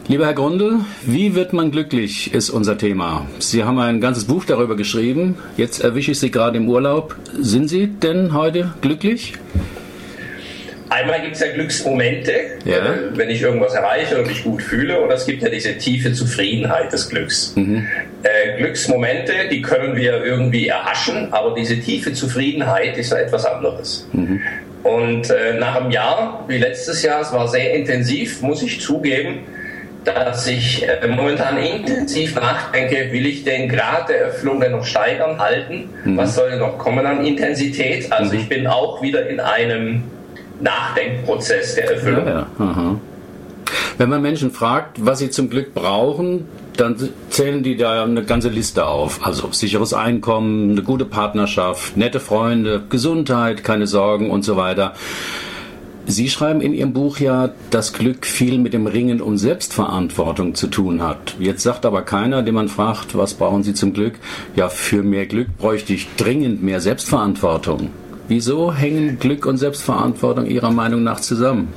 Lieber Herr Grundl, wie wird man glücklich, ist unser Thema. Sie haben ein ganzes Buch darüber geschrieben. Jetzt erwische ich Sie gerade im Urlaub. Sind Sie denn heute glücklich? Einmal gibt es ja Glücksmomente, wenn ich irgendwas erreiche und mich gut fühle, oder es gibt ja diese tiefe Zufriedenheit des Glücks. Glücksmomente, die können wir irgendwie erhaschen, aber diese tiefe Zufriedenheit ist ja etwas anderes. Und nach einem Jahr, wie letztes Jahr, es war sehr intensiv, muss ich zugeben, dass ich momentan intensiv nachdenke, will ich den Grad der Erfüllung denn noch steigern, halten? Was soll denn noch kommen an Intensität? Also ich bin auch wieder in einem Nachdenkprozess der Erfüllung. Wenn man Menschen fragt, was sie zum Glück brauchen, dann zählen die da eine ganze Liste auf. Also sicheres Einkommen, eine gute Partnerschaft, nette Freunde, Gesundheit, keine Sorgen und so weiter. Sie schreiben in Ihrem Buch ja, dass Glück viel mit dem Ringen um Selbstverantwortung zu tun hat. Jetzt sagt aber keiner, den man fragt, was brauchen Sie zum Glück? Ja, für mehr Glück bräuchte ich dringend mehr Selbstverantwortung. Wieso hängen Glück und Selbstverantwortung Ihrer Meinung nach zusammen?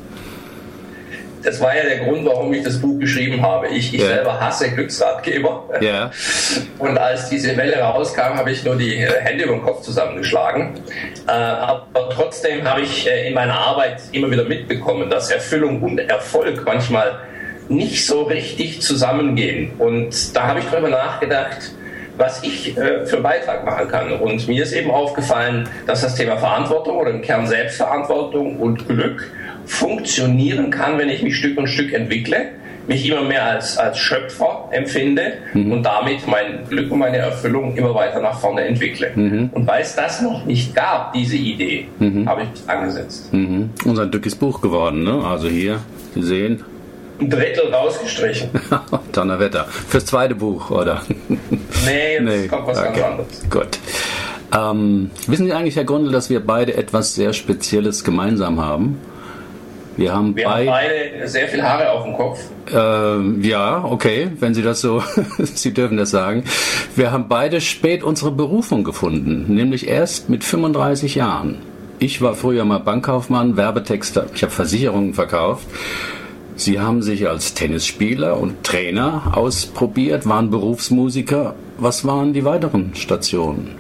Das war ja der Grund, warum ich das Buch geschrieben habe. Ich selber hasse Glücksratgeber. Und als diese Welle rauskam, habe ich nur die Hände über den Kopf zusammengeschlagen. Aber trotzdem habe ich in meiner Arbeit immer wieder mitbekommen, dass Erfüllung und Erfolg manchmal nicht so richtig zusammengehen. Und da habe ich darüber nachgedacht, was ich für einen Beitrag machen kann. Und mir ist eben aufgefallen, dass das Thema Verantwortung oder im Kern Selbstverantwortung und Glück funktionieren kann, wenn ich mich Stück und Stück entwickle, mich immer mehr als Schöpfer empfinde und damit mein Glück und meine Erfüllung immer weiter nach vorne entwickle. Und weil es das noch nicht gab, diese Idee, habe ich mich angesetzt. Unser dickes Buch geworden, ne? Also hier, Sie sehen. Ein Drittel rausgestrichen. Donnerwetter. Fürs zweite Buch, oder? Nee, jetzt kommt was ganz anderes. Gut. Wissen Sie eigentlich, Herr Grundl, dass wir beide etwas sehr Spezielles gemeinsam haben? Wir haben beide sehr viel Haare auf dem Kopf. Ja, okay, wenn Sie das so, Sie dürfen das sagen. Wir haben beide spät unsere Berufung gefunden, nämlich erst mit 35 Jahren. Ich war früher mal Bankkaufmann, Werbetexter, ich habe Versicherungen verkauft. Sie haben sich als Tennisspieler und Trainer ausprobiert, waren Berufsmusiker. Was waren die weiteren Stationen?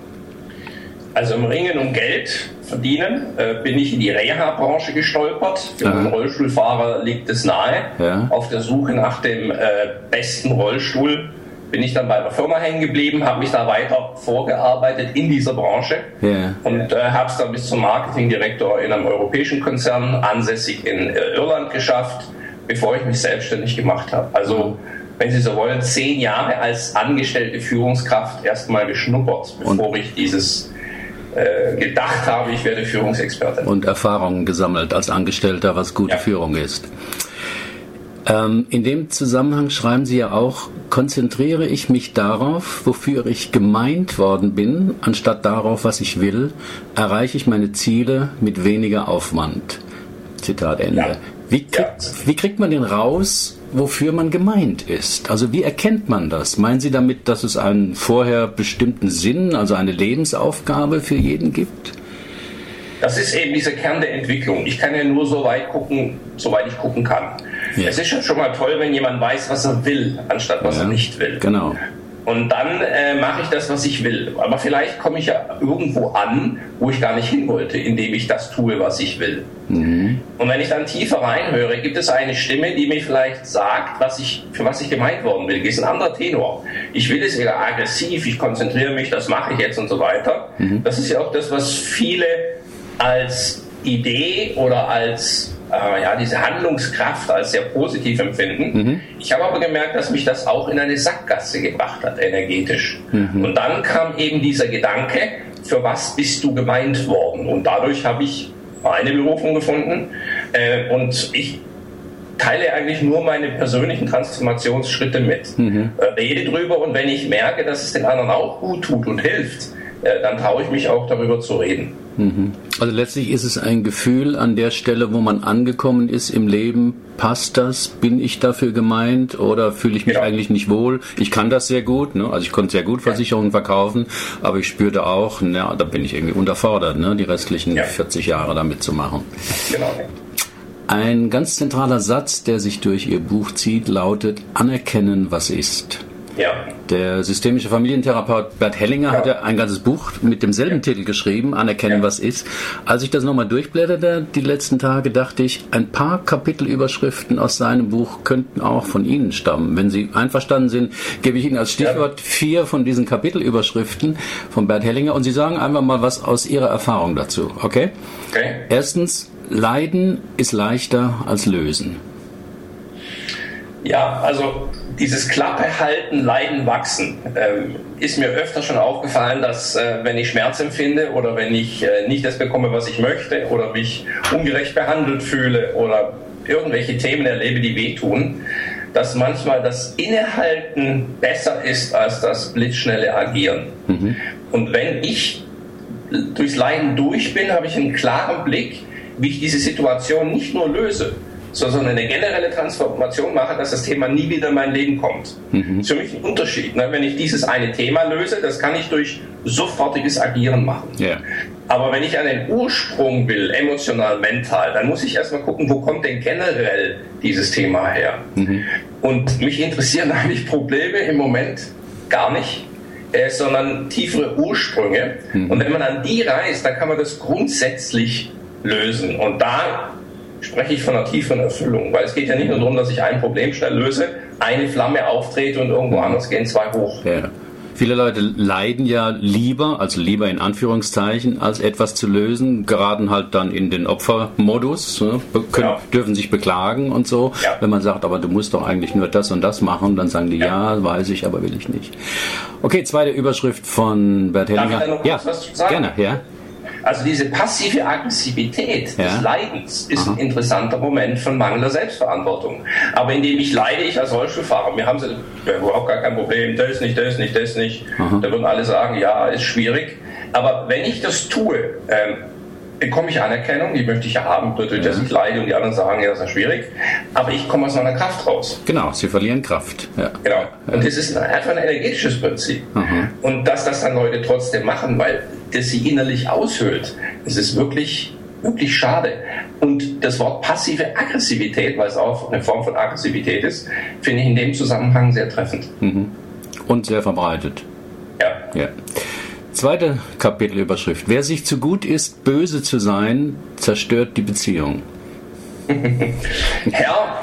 Also im Ringen um Geld verdienen bin ich in die Reha-Branche gestolpert. Für einen Rollstuhlfahrer liegt es nahe. Auf der Suche nach dem besten Rollstuhl bin ich dann bei einer Firma hängen geblieben, habe mich da weiter vorgearbeitet in dieser Branche und habe es dann bis zum Marketingdirektor in einem europäischen Konzern ansässig in Irland geschafft, bevor ich mich selbstständig gemacht habe. Also wenn Sie so wollen, 10 Jahre als angestellte Führungskraft erstmal geschnuppert, bevor ich dieses gedacht habe, ich werde Führungsexperte. Und Erfahrungen gesammelt als Angestellter, was gute Führung ist. In dem Zusammenhang schreiben Sie ja auch, konzentriere ich mich darauf, wofür ich gemeint worden bin, anstatt darauf, was ich will, erreiche ich meine Ziele mit weniger Aufwand. Zitat Ende. Wie kriegt man denn raus, wofür man gemeint ist? Also wie erkennt man das? Meinen Sie damit, dass es einen vorher bestimmten Sinn, also eine Lebensaufgabe für jeden gibt? Das ist eben dieser Kern der Entwicklung. Ich kann ja nur so weit gucken, soweit ich gucken kann. Es ist schon mal toll, wenn jemand weiß, was er will, anstatt was er nicht will. Genau. Und dann mache ich das, was ich will. Aber vielleicht komme ich ja irgendwo an, wo ich gar nicht hin wollte, indem ich das tue, was ich will. Und wenn ich dann tiefer reinhöre, gibt es eine Stimme, die mir vielleicht sagt, für was ich gemeint worden bin. Das ist ein anderer Tenor. Ich will es eher aggressiv, ich konzentriere mich, das mache ich jetzt und so weiter. Das ist ja auch das, was viele als Idee oder als diese Handlungskraft als sehr positiv empfinden. Ich habe aber gemerkt, dass mich das auch in eine Sackgasse gebracht hat, energetisch. Und dann kam eben dieser Gedanke, für was bist du gemeint worden? Und dadurch habe ich meine Berufung gefunden. Und ich teile eigentlich nur meine persönlichen Transformationsschritte mit. Rede drüber und wenn ich merke, dass es den anderen auch gut tut und hilft, dann traue ich mich auch darüber zu reden. Also letztlich ist es ein Gefühl an der Stelle, wo man angekommen ist im Leben. Passt das? Bin ich dafür gemeint? Oder fühle ich mich eigentlich nicht wohl? Ich kann das sehr gut, ne? Also ich konnte sehr gut Versicherungen verkaufen, aber ich spürte auch, da bin ich irgendwie unterfordert, ne? Die restlichen 40 Jahre damit zu machen. Genau. Ein ganz zentraler Satz, der sich durch Ihr Buch zieht, lautet: Anerkennen, was ist. Ja. Der systemische Familientherapeut Bert Hellinger hatte ein ganzes Buch mit demselben Titel geschrieben, Anerkennen, was ist. Als ich das nochmal durchblätterte, die letzten Tage, dachte ich, ein paar Kapitelüberschriften aus seinem Buch könnten auch von Ihnen stammen. Wenn Sie einverstanden sind, gebe ich Ihnen als Stichwort 4 von diesen Kapitelüberschriften von Bert Hellinger und Sie sagen einfach mal was aus Ihrer Erfahrung dazu, okay? Okay. Erstens, Leiden ist leichter als Lösen. Ja, also dieses Klappe halten, Leiden wachsen, ist mir öfter schon aufgefallen, dass wenn ich Schmerz empfinde oder wenn ich nicht das bekomme, was ich möchte oder mich ungerecht behandelt fühle oder irgendwelche Themen erlebe, die wehtun, dass manchmal das Innehalten besser ist als das blitzschnelle Agieren. Mhm. Und wenn ich durchs Leiden durch bin, habe ich einen klaren Blick, wie ich diese Situation nicht nur löse, sondern eine generelle Transformation mache, dass das Thema nie wieder in mein Leben kommt. Mhm. Das ist für mich ein Unterschied. Ne? Wenn ich dieses eine Thema löse, das kann ich durch sofortiges Agieren machen. Yeah. Aber wenn ich an den Ursprung will, emotional, mental, dann muss ich erstmal gucken, wo kommt denn generell dieses Thema her? Mhm. Und mich interessieren eigentlich Probleme im Moment gar nicht, sondern tiefere Ursprünge. Mhm. Und wenn man an die reist, dann kann man das grundsätzlich lösen. Und da spreche ich von einer tieferen Erfüllung, weil es geht ja nicht nur darum, dass ich ein Problem schnell löse, eine Flamme auftrete und irgendwo anders gehen 2 hoch. Ja. Viele Leute leiden ja lieber, also lieber in Anführungszeichen, als etwas zu lösen, geraten halt dann in den Opfermodus, ne? Dürfen sich beklagen und so. Ja. Wenn man sagt, aber du musst doch eigentlich nur das und das machen, dann sagen die, ja weiß ich, aber will ich nicht. Okay, zweite Überschrift von Bert Hellinger. Darf ich da noch kurz was zu sagen? Gerne, ja. Also diese passive Aggressivität des Leidens ist ein interessanter Moment von mangelnder Selbstverantwortung. Aber indem ich leide, ich als Rollstuhlfahrer, mir haben sie überhaupt gar kein Problem, das nicht. Da würden alle sagen, ja, ist schwierig. Aber wenn ich das tue, bekomme ich Anerkennung, die möchte ich ja haben, dadurch, dass ich leide und die anderen sagen, ja, das ist schwierig. Aber ich komme aus meiner Kraft raus. Genau, sie verlieren Kraft. Ja. Genau. Und das ist einfach ein energetisches Prinzip. Und dass das dann Leute trotzdem machen, weil das sie innerlich aushöhlt, das ist wirklich, wirklich schade. Und das Wort passive Aggressivität, weil es auch eine Form von Aggressivität ist, finde ich in dem Zusammenhang sehr treffend. Und sehr verbreitet. Ja. Zweite Kapitelüberschrift. Wer sich zu gut ist, böse zu sein, zerstört die Beziehung. Herr,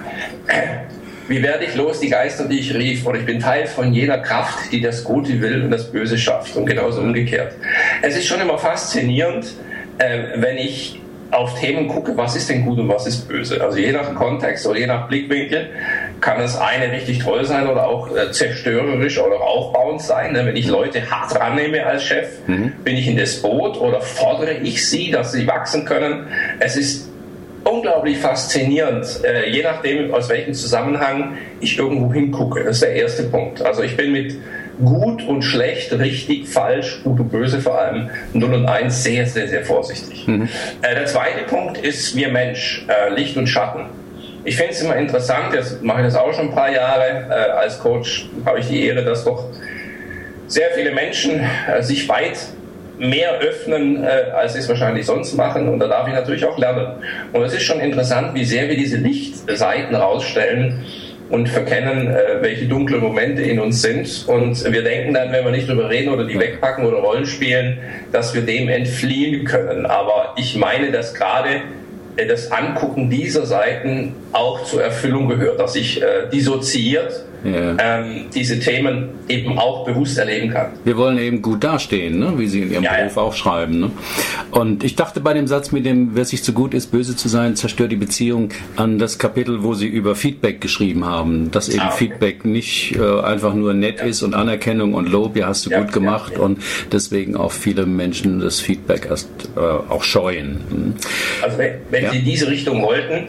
wie werde ich los die Geister, die ich rief? Und ich bin Teil von jener Kraft, die das Gute will und das Böse schafft. Und genauso umgekehrt. Es ist schon immer faszinierend, wenn ich auf Themen gucke, was ist denn gut und was ist böse. Also je nach Kontext oder je nach Blickwinkel kann das eine richtig toll sein oder auch zerstörerisch oder aufbauend sein. Wenn ich Leute hart rannehme als Chef, bin ich in das Boot oder fordere ich sie, dass sie wachsen können. Es ist unglaublich faszinierend, je nachdem, aus welchem Zusammenhang ich irgendwo hingucke. Das ist der erste Punkt. Also ich bin mit gut und schlecht, richtig, falsch, gut und böse vor allem, 0 und 1 sehr, sehr, sehr vorsichtig. Der zweite Punkt ist wir Mensch, Licht und Schatten. Ich finde es immer interessant, jetzt mache ich das auch schon ein paar Jahre, als Coach habe ich die Ehre, dass doch sehr viele Menschen sich weit mehr öffnen, als sie es wahrscheinlich sonst machen, und da darf ich natürlich auch lernen. Und es ist schon interessant, wie sehr wir diese Lichtseiten rausstellen und verkennen, welche dunklen Momente in uns sind. Und wir denken dann, wenn wir nicht drüber reden oder die wegpacken oder Rollen spielen, dass wir dem entfliehen können. Aber ich meine, dass gerade das Angucken dieser Seiten auch zur Erfüllung gehört, dass ich dissoziiert diese Themen eben auch bewusst erleben kann. Wir wollen eben gut dastehen, ne? Wie Sie in Ihrem Beruf auch schreiben. Ne? Und ich dachte bei dem Satz mit dem, wer sich zu gut ist, böse zu sein, zerstört die Beziehung, an das Kapitel, wo Sie über Feedback geschrieben haben, dass eben Feedback nicht einfach nur nett ist und Anerkennung und Lob, ja, hast du gut gemacht, und deswegen auch viele Menschen das Feedback erst auch scheuen. Also wenn Sie diese Richtung wollten,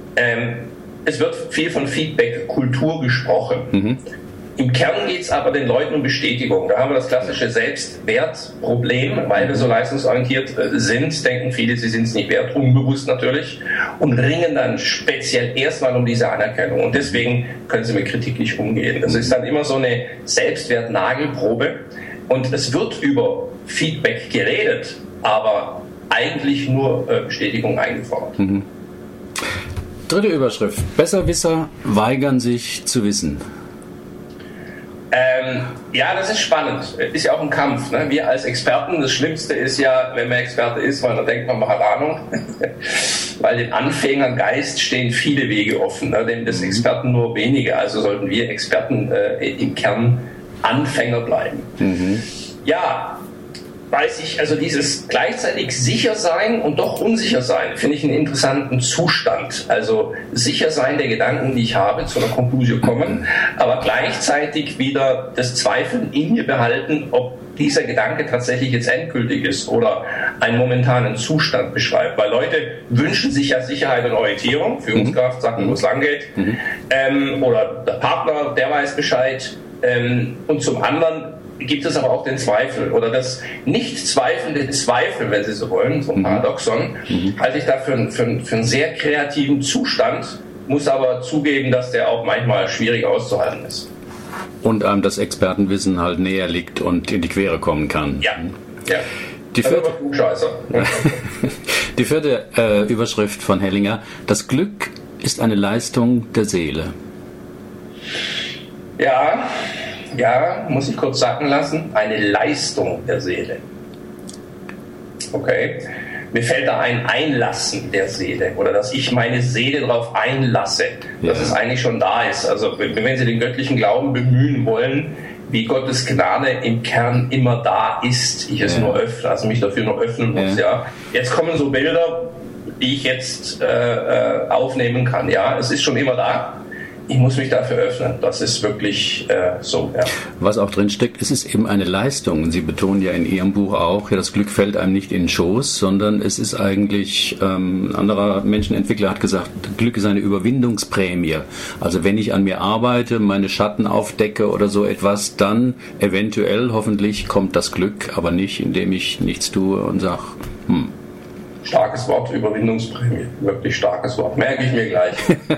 es wird viel von Feedback-Kultur gesprochen. Im Kern geht es aber den Leuten um Bestätigung. Da haben wir das klassische Selbstwertproblem, weil wir so leistungsorientiert sind, denken viele, sie sind es nicht wert, unbewusst natürlich, und ringen dann speziell erstmal um diese Anerkennung. Und deswegen können sie mit Kritik nicht umgehen. Das ist dann immer so eine Selbstwertnagelprobe. Und es wird über Feedback geredet, aber eigentlich nur Bestätigung eingefordert. Dritte Überschrift. Besserwisser weigern sich zu wissen. Ja, das ist spannend. Ist ja auch ein Kampf. Ne? Wir als Experten, das Schlimmste ist ja, wenn man Experte ist, weil dann denkt man hat Ahnung. Weil den Anfängergeist stehen viele Wege offen, ne? Dem des Experten nur wenige. Also sollten wir Experten im Kern Anfänger bleiben. Ja, weiß ich, also dieses gleichzeitig sicher sein und doch unsicher sein, finde ich einen interessanten Zustand. Also sicher sein der Gedanken, die ich habe, zu einer Konklusion kommen, aber gleichzeitig wieder das Zweifeln in mir behalten, ob dieser Gedanke tatsächlich jetzt endgültig ist oder einen momentanen Zustand beschreibt. Weil Leute wünschen sich ja Sicherheit und Orientierung, Führungskraft sagt, wo es lang geht, oder der Partner, der weiß Bescheid, und zum anderen gibt es aber auch den Zweifel oder das nicht zweifelnde Zweifel, wenn Sie so wollen, so ein Paradoxon, halte ich da für einen sehr kreativen Zustand, muss aber zugeben, dass der auch manchmal schwierig auszuhalten ist. Und einem das Expertenwissen halt näher liegt und in die Quere kommen kann. Ja. Die vierte Überschrift von Hellinger: Das Glück ist eine Leistung der Seele. Ja, muss ich kurz sacken lassen. Eine Leistung der Seele. Okay. Mir fällt da ein Einlassen der Seele oder dass ich meine Seele darauf einlasse, dass es eigentlich schon da ist. Also wenn Sie den göttlichen Glauben bemühen wollen, wie Gottes Gnade im Kern immer da ist, ich es nur öffne, also mich dafür nur öffnen muss. Ja. Jetzt kommen so Bilder, die ich jetzt aufnehmen kann. Ja, es ist schon immer da. Ich muss mich dafür öffnen. Das ist wirklich so. Ja. Was auch drin steckt, es ist eben eine Leistung. Und Sie betonen ja in Ihrem Buch auch, ja, das Glück fällt einem nicht in den Schoß, sondern es ist eigentlich, ein anderer Menschenentwickler hat gesagt, Glück ist eine Überwindungsprämie. Also wenn ich an mir arbeite, meine Schatten aufdecke oder so etwas, dann eventuell, hoffentlich, kommt das Glück, aber nicht, indem ich nichts tue und sage, Starkes Wort, Überwindungsprämie. Wirklich starkes Wort. Merke ich mir gleich.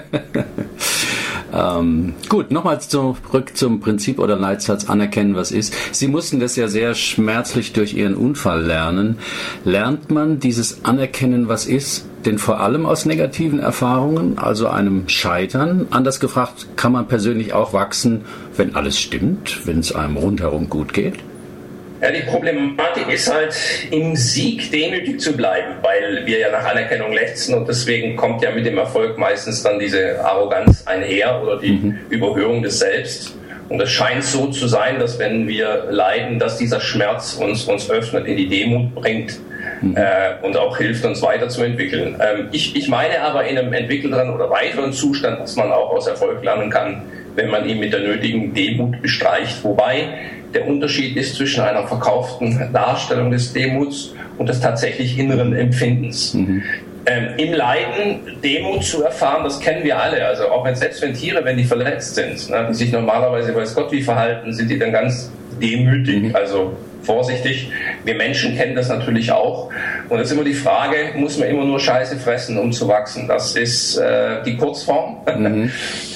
Gut, nochmal zurück zum Prinzip oder Leitsatz anerkennen, was ist. Sie mussten das ja sehr schmerzlich durch Ihren Unfall lernen. Lernt man dieses Anerkennen, was ist, denn vor allem aus negativen Erfahrungen, also einem Scheitern? Anders gefragt, kann man persönlich auch wachsen, wenn alles stimmt, wenn es einem rundherum gut geht? Ja, die Problematik ist halt, im Sieg demütig zu bleiben, weil wir ja nach Anerkennung lechzen und deswegen kommt ja mit dem Erfolg meistens dann diese Arroganz einher oder die Überhöhung des Selbst. Und es scheint so zu sein, dass wenn wir leiden, dass dieser Schmerz uns öffnet, in die Demut bringt und auch hilft, uns weiterzuentwickeln. Ich meine aber in einem entwickelteren oder weiteren Zustand, dass man auch aus Erfolg lernen kann, wenn man ihn mit der nötigen Demut bestreicht. Wobei der Unterschied ist zwischen einer verkauften Darstellung des Demuts und des tatsächlich inneren Empfindens. Im Leiden Demut zu erfahren, das kennen wir alle. Also auch selbst wenn Tiere, wenn die verletzt sind, die sich normalerweise weiß Gott wie verhalten, sind die dann ganz demütig, also vorsichtig. Wir Menschen kennen das natürlich auch. Und jetzt ist immer die Frage, muss man immer nur Scheiße fressen, um zu wachsen? Das ist die Kurzform. Ein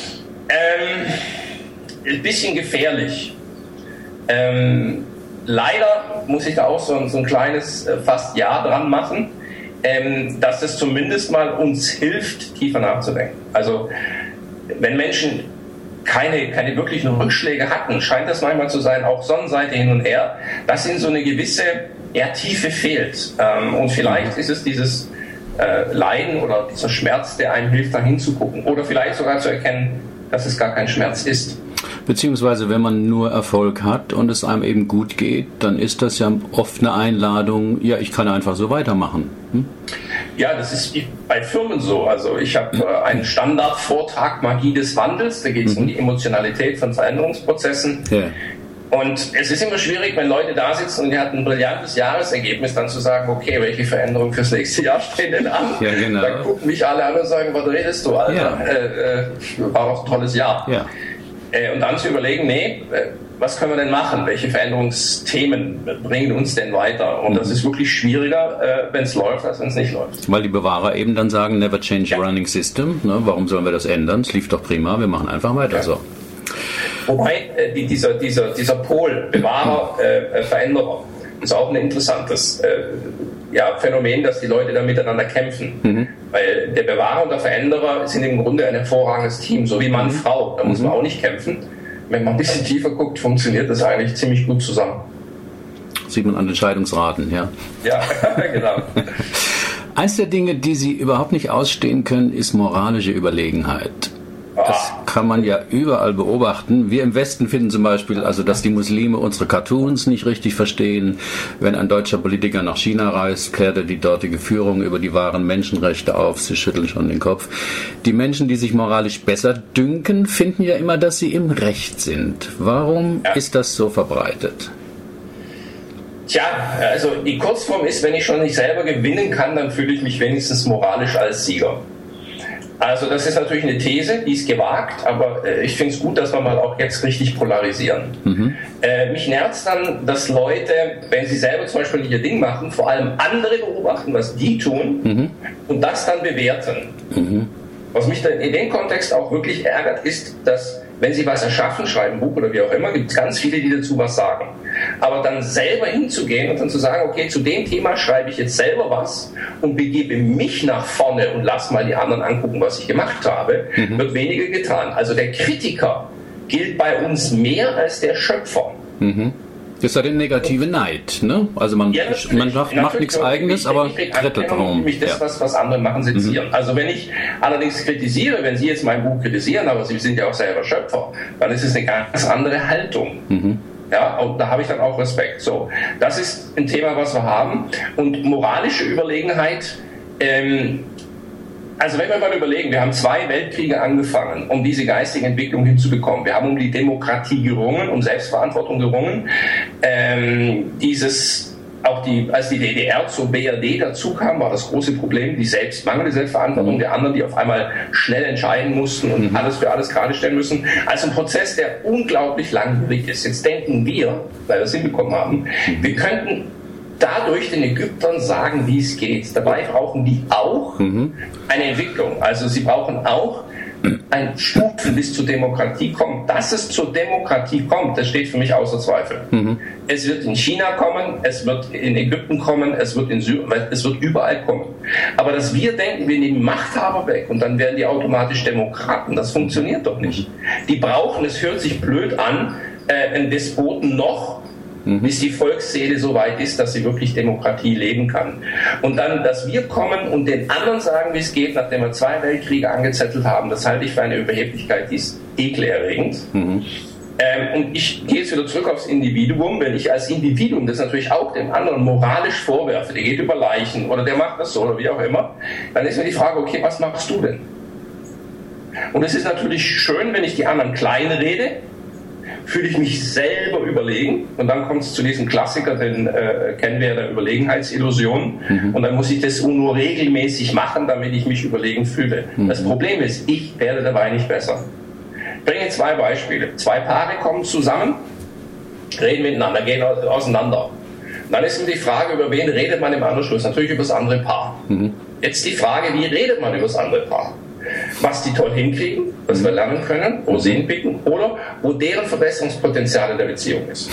bisschen gefährlich. Leider muss ich da auch so ein kleines fast Ja dran machen, dass es zumindest mal uns hilft, tiefer nachzudenken. Also wenn Menschen keine wirklichen Rückschläge hatten, scheint das manchmal zu sein, auch Sonnenseite hin und her, dass ihnen so eine gewisse Tiefe fehlt. Und vielleicht ist es dieses Leiden oder dieser Schmerz, der einem hilft, da hinzugucken. Oder vielleicht sogar zu erkennen, dass es gar kein Schmerz ist. Beziehungsweise, wenn man nur Erfolg hat und es einem eben gut geht, dann ist das ja oft eine Einladung, ja, ich kann einfach so weitermachen. Ja, das ist bei Firmen so. Also ich habe einen Standardvortrag Magie des Wandels, da geht es um die Emotionalität von Veränderungsprozessen. Ja. Und es ist immer schwierig, wenn Leute da sitzen und die hatten ein brillantes Jahresergebnis, dann zu sagen, okay, welche Veränderung fürs nächste Jahr stehen denn an? Ja, genau. Dann gucken mich alle an und sagen, was redest du, Alter? Ja. War doch ein tolles Jahr. Ja. Und dann zu überlegen, was können wir denn machen? Welche Veränderungsthemen bringen uns denn weiter? Und das ist wirklich schwieriger, wenn es läuft, als wenn es nicht läuft. Weil die Bewahrer eben dann sagen, never change a running system. Ne? Warum sollen wir das ändern? Es lief doch prima, wir machen einfach weiter so. Wobei dieser Pol, Bewahrer, Veränderer, ist auch ein interessantes Phänomen, dass die Leute da miteinander kämpfen. Weil der Bewahrer und der Veränderer sind im Grunde ein hervorragendes Team, so wie Mann, Frau. Da muss man auch nicht kämpfen. Wenn man ein bisschen tiefer guckt, funktioniert das eigentlich ziemlich gut zusammen. Sieht man an den Scheidungsraten, ja. Ja, genau. Eins der Dinge, die Sie überhaupt nicht ausstehen können, ist moralische Überlegenheit. Das kann man ja überall beobachten. Wir im Westen finden zum Beispiel, also dass die Muslime unsere Cartoons nicht richtig verstehen. Wenn ein deutscher Politiker nach China reist, klärt er die dortige Führung über die wahren Menschenrechte auf. Sie schütteln schon den Kopf. Die Menschen, die sich moralisch besser dünken, finden ja immer, dass sie im Recht sind. Warum ist das so verbreitet? Tja, also die Kurzform ist, wenn ich schon nicht selber gewinnen kann, dann fühle ich mich wenigstens moralisch als Sieger. Also das ist natürlich eine These, die ist gewagt, aber ich finde es gut, dass wir mal auch jetzt richtig polarisieren. Mich nervt es dann, dass Leute, wenn sie selber zum Beispiel nicht ihr Ding machen, vor allem andere beobachten, was die tun und das dann bewerten. Was mich dann in dem Kontext auch wirklich ärgert, ist, dass wenn sie was erschaffen, schreiben, Buch oder wie auch immer, gibt es ganz viele, die dazu was sagen. Aber dann selber hinzugehen und dann zu sagen, okay, zu dem Thema schreibe ich jetzt selber was und begebe mich nach vorne und lass mal die anderen angucken, was ich gemacht habe, wird weniger getan. Also der Kritiker gilt bei uns mehr als der Schöpfer. Das ist ja der negative Neid, ne? Also man macht nichts Eigenes, aber rettet darum. Was andere machen, sezieren. Also wenn ich allerdings kritisiere, wenn Sie jetzt mein Buch kritisieren, aber Sie sind ja auch selber Schöpfer, dann ist es eine ganz andere Haltung. Ja, und da habe ich dann auch Respekt. So, das ist ein Thema, was wir haben. Und moralische Überlegenheit, also wenn wir mal überlegen, wir haben 2 Weltkriege angefangen, um diese geistige Entwicklung hinzubekommen. Wir haben um die Demokratie gerungen, um Selbstverantwortung gerungen. Als die DDR zur BRD dazu kam, war das große Problem die mangelnde Selbstverantwortung der anderen, die auf einmal schnell entscheiden mussten und alles für alles gerade stellen müssen. Also ein Prozess, der unglaublich langwierig ist. Jetzt denken wir, weil wir es hinbekommen haben, wir könnten dadurch den Ägyptern sagen, wie es geht. Dabei brauchen die auch eine Entwicklung. Also sie brauchen auch ein Stufen bis zur Demokratie kommt. Dass es zur Demokratie kommt, das steht für mich außer Zweifel. Es wird in China kommen, es wird in Ägypten kommen, es wird in Syrien, es wird überall kommen. Aber dass wir denken, wir nehmen Machthaber weg und dann werden die automatisch Demokraten, das funktioniert doch nicht. Die brauchen, es hört sich blöd an, einen Despoten noch, bis die Volksseele so weit ist, dass sie wirklich Demokratie leben kann. Und dann, dass wir kommen und den anderen sagen, wie es geht, nachdem wir 2 Weltkriege angezettelt haben, das halte ich für eine Überheblichkeit, die ist ekelerregend. Und ich gehe jetzt wieder zurück aufs Individuum. Wenn ich als Individuum das natürlich auch dem anderen moralisch vorwerfe, der geht über Leichen oder der macht das so oder wie auch immer, dann ist mir die Frage, okay, was machst du denn? Und es ist natürlich schön, wenn ich die anderen klein rede, fühle ich mich selber überlegen und dann kommt es zu diesem Klassiker, den kennen wir, der Überlegenheitsillusion und dann muss ich das nur regelmäßig machen, damit ich mich überlegen fühle. Das Problem ist, ich werde dabei nicht besser. Ich bringe 2 Beispiele. 2 Paare kommen zusammen, reden miteinander, gehen auseinander. Und dann ist die Frage, über wen redet man im Anschluss? Natürlich über das andere Paar. Jetzt die Frage, wie redet man über das andere Paar? Was die toll hinkriegen, was wir lernen können, Rosinen picken oder wo deren Verbesserungspotenzial in der Beziehung ist.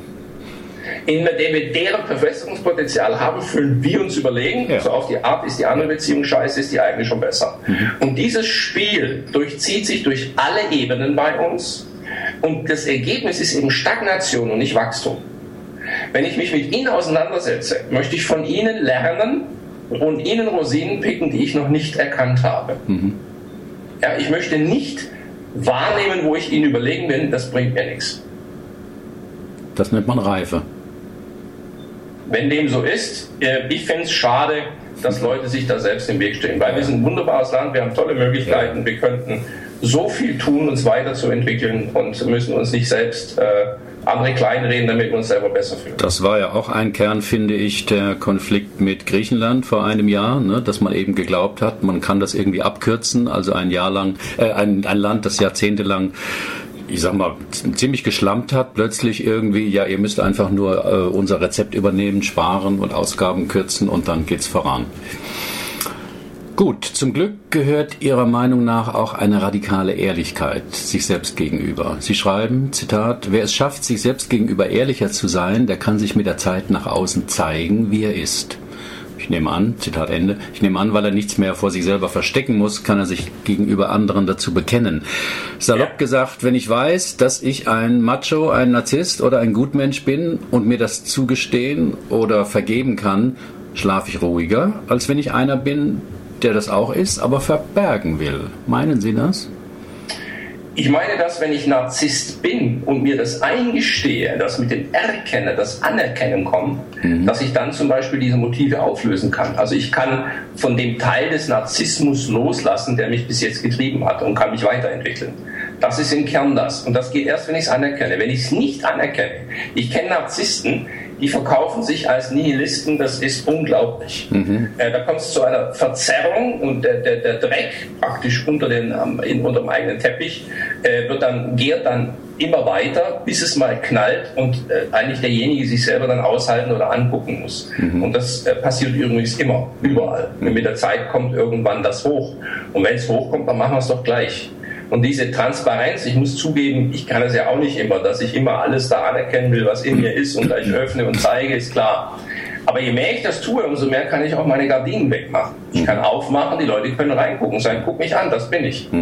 Indem wir deren Verbesserungspotenzial haben, fühlen wir uns überlegen, so auf die Art, ist die andere Beziehung scheiße, ist die eigene schon besser. Und dieses Spiel durchzieht sich durch alle Ebenen bei uns und das Ergebnis ist eben Stagnation und nicht Wachstum. Wenn ich mich mit Ihnen auseinandersetze, möchte ich von Ihnen lernen, und Ihnen Rosinen picken, die ich noch nicht erkannt habe. Ja, ich möchte nicht wahrnehmen, wo ich Ihnen überlegen bin, das bringt mir nichts. Das nennt man Reife. Wenn dem so ist, ich fände es schade, dass Leute sich da selbst im Weg stehen, weil wir sind ein wunderbares Land, wir haben tolle Möglichkeiten, wir könnten so viel tun, uns weiterzuentwickeln und müssen uns nicht selbst andere kleinreden, damit wir uns selber besser fühlen. Das war ja auch ein Kern, finde ich, der Konflikt mit Griechenland vor einem Jahr, ne, dass man eben geglaubt hat, man kann das irgendwie abkürzen, also ein Jahr lang, ein Land, das jahrzehntelang, ich sag mal, ziemlich geschlampt hat, plötzlich irgendwie, ja, ihr müsst einfach nur unser Rezept übernehmen, sparen und Ausgaben kürzen und dann geht's voran. Gut, zum Glück gehört Ihrer Meinung nach auch eine radikale Ehrlichkeit sich selbst gegenüber. Sie schreiben, Zitat, wer es schafft, sich selbst gegenüber ehrlicher zu sein, der kann sich mit der Zeit nach außen zeigen, wie er ist. Ich nehme an, Zitat Ende, ich nehme an, weil er nichts mehr vor sich selber verstecken muss, kann er sich gegenüber anderen dazu bekennen. Salopp gesagt, wenn ich weiß, dass ich ein Macho, ein Narzisst oder ein Gutmensch bin und mir das zugestehen oder vergeben kann, schlafe ich ruhiger, als wenn ich einer bin, der das auch ist, aber verbergen will. Meinen Sie das? Ich meine, dass wenn ich Narzisst bin und mir das eingestehe, das mit dem Erkennen, das Anerkennen kommt, dass ich dann zum Beispiel diese Motive auflösen kann. Also ich kann von dem Teil des Narzissmus loslassen, der mich bis jetzt getrieben hat und kann mich weiterentwickeln. Das ist im Kern das. Und das geht erst, wenn ich es anerkenne. Wenn ich es nicht anerkenne, ich kenne Narzissten, die verkaufen sich als Nihilisten, das ist unglaublich. Da kommt es zu einer Verzerrung und der Dreck praktisch unter dem eigenen Teppich gärt dann immer weiter, bis es mal knallt und eigentlich derjenige sich selber dann aushalten oder angucken muss. Und das passiert übrigens immer, überall. Und mit der Zeit kommt irgendwann das hoch. Und wenn es hochkommt, dann machen wir es doch gleich. Und diese Transparenz, ich muss zugeben, ich kann es ja auch nicht immer, dass ich immer alles da anerkennen will, was in mir ist und gleich öffne und zeige, ist klar. Aber je mehr ich das tue, umso mehr kann ich auch meine Gardinen wegmachen. Ich kann aufmachen, die Leute können reingucken und sagen, guck mich an, das bin ich.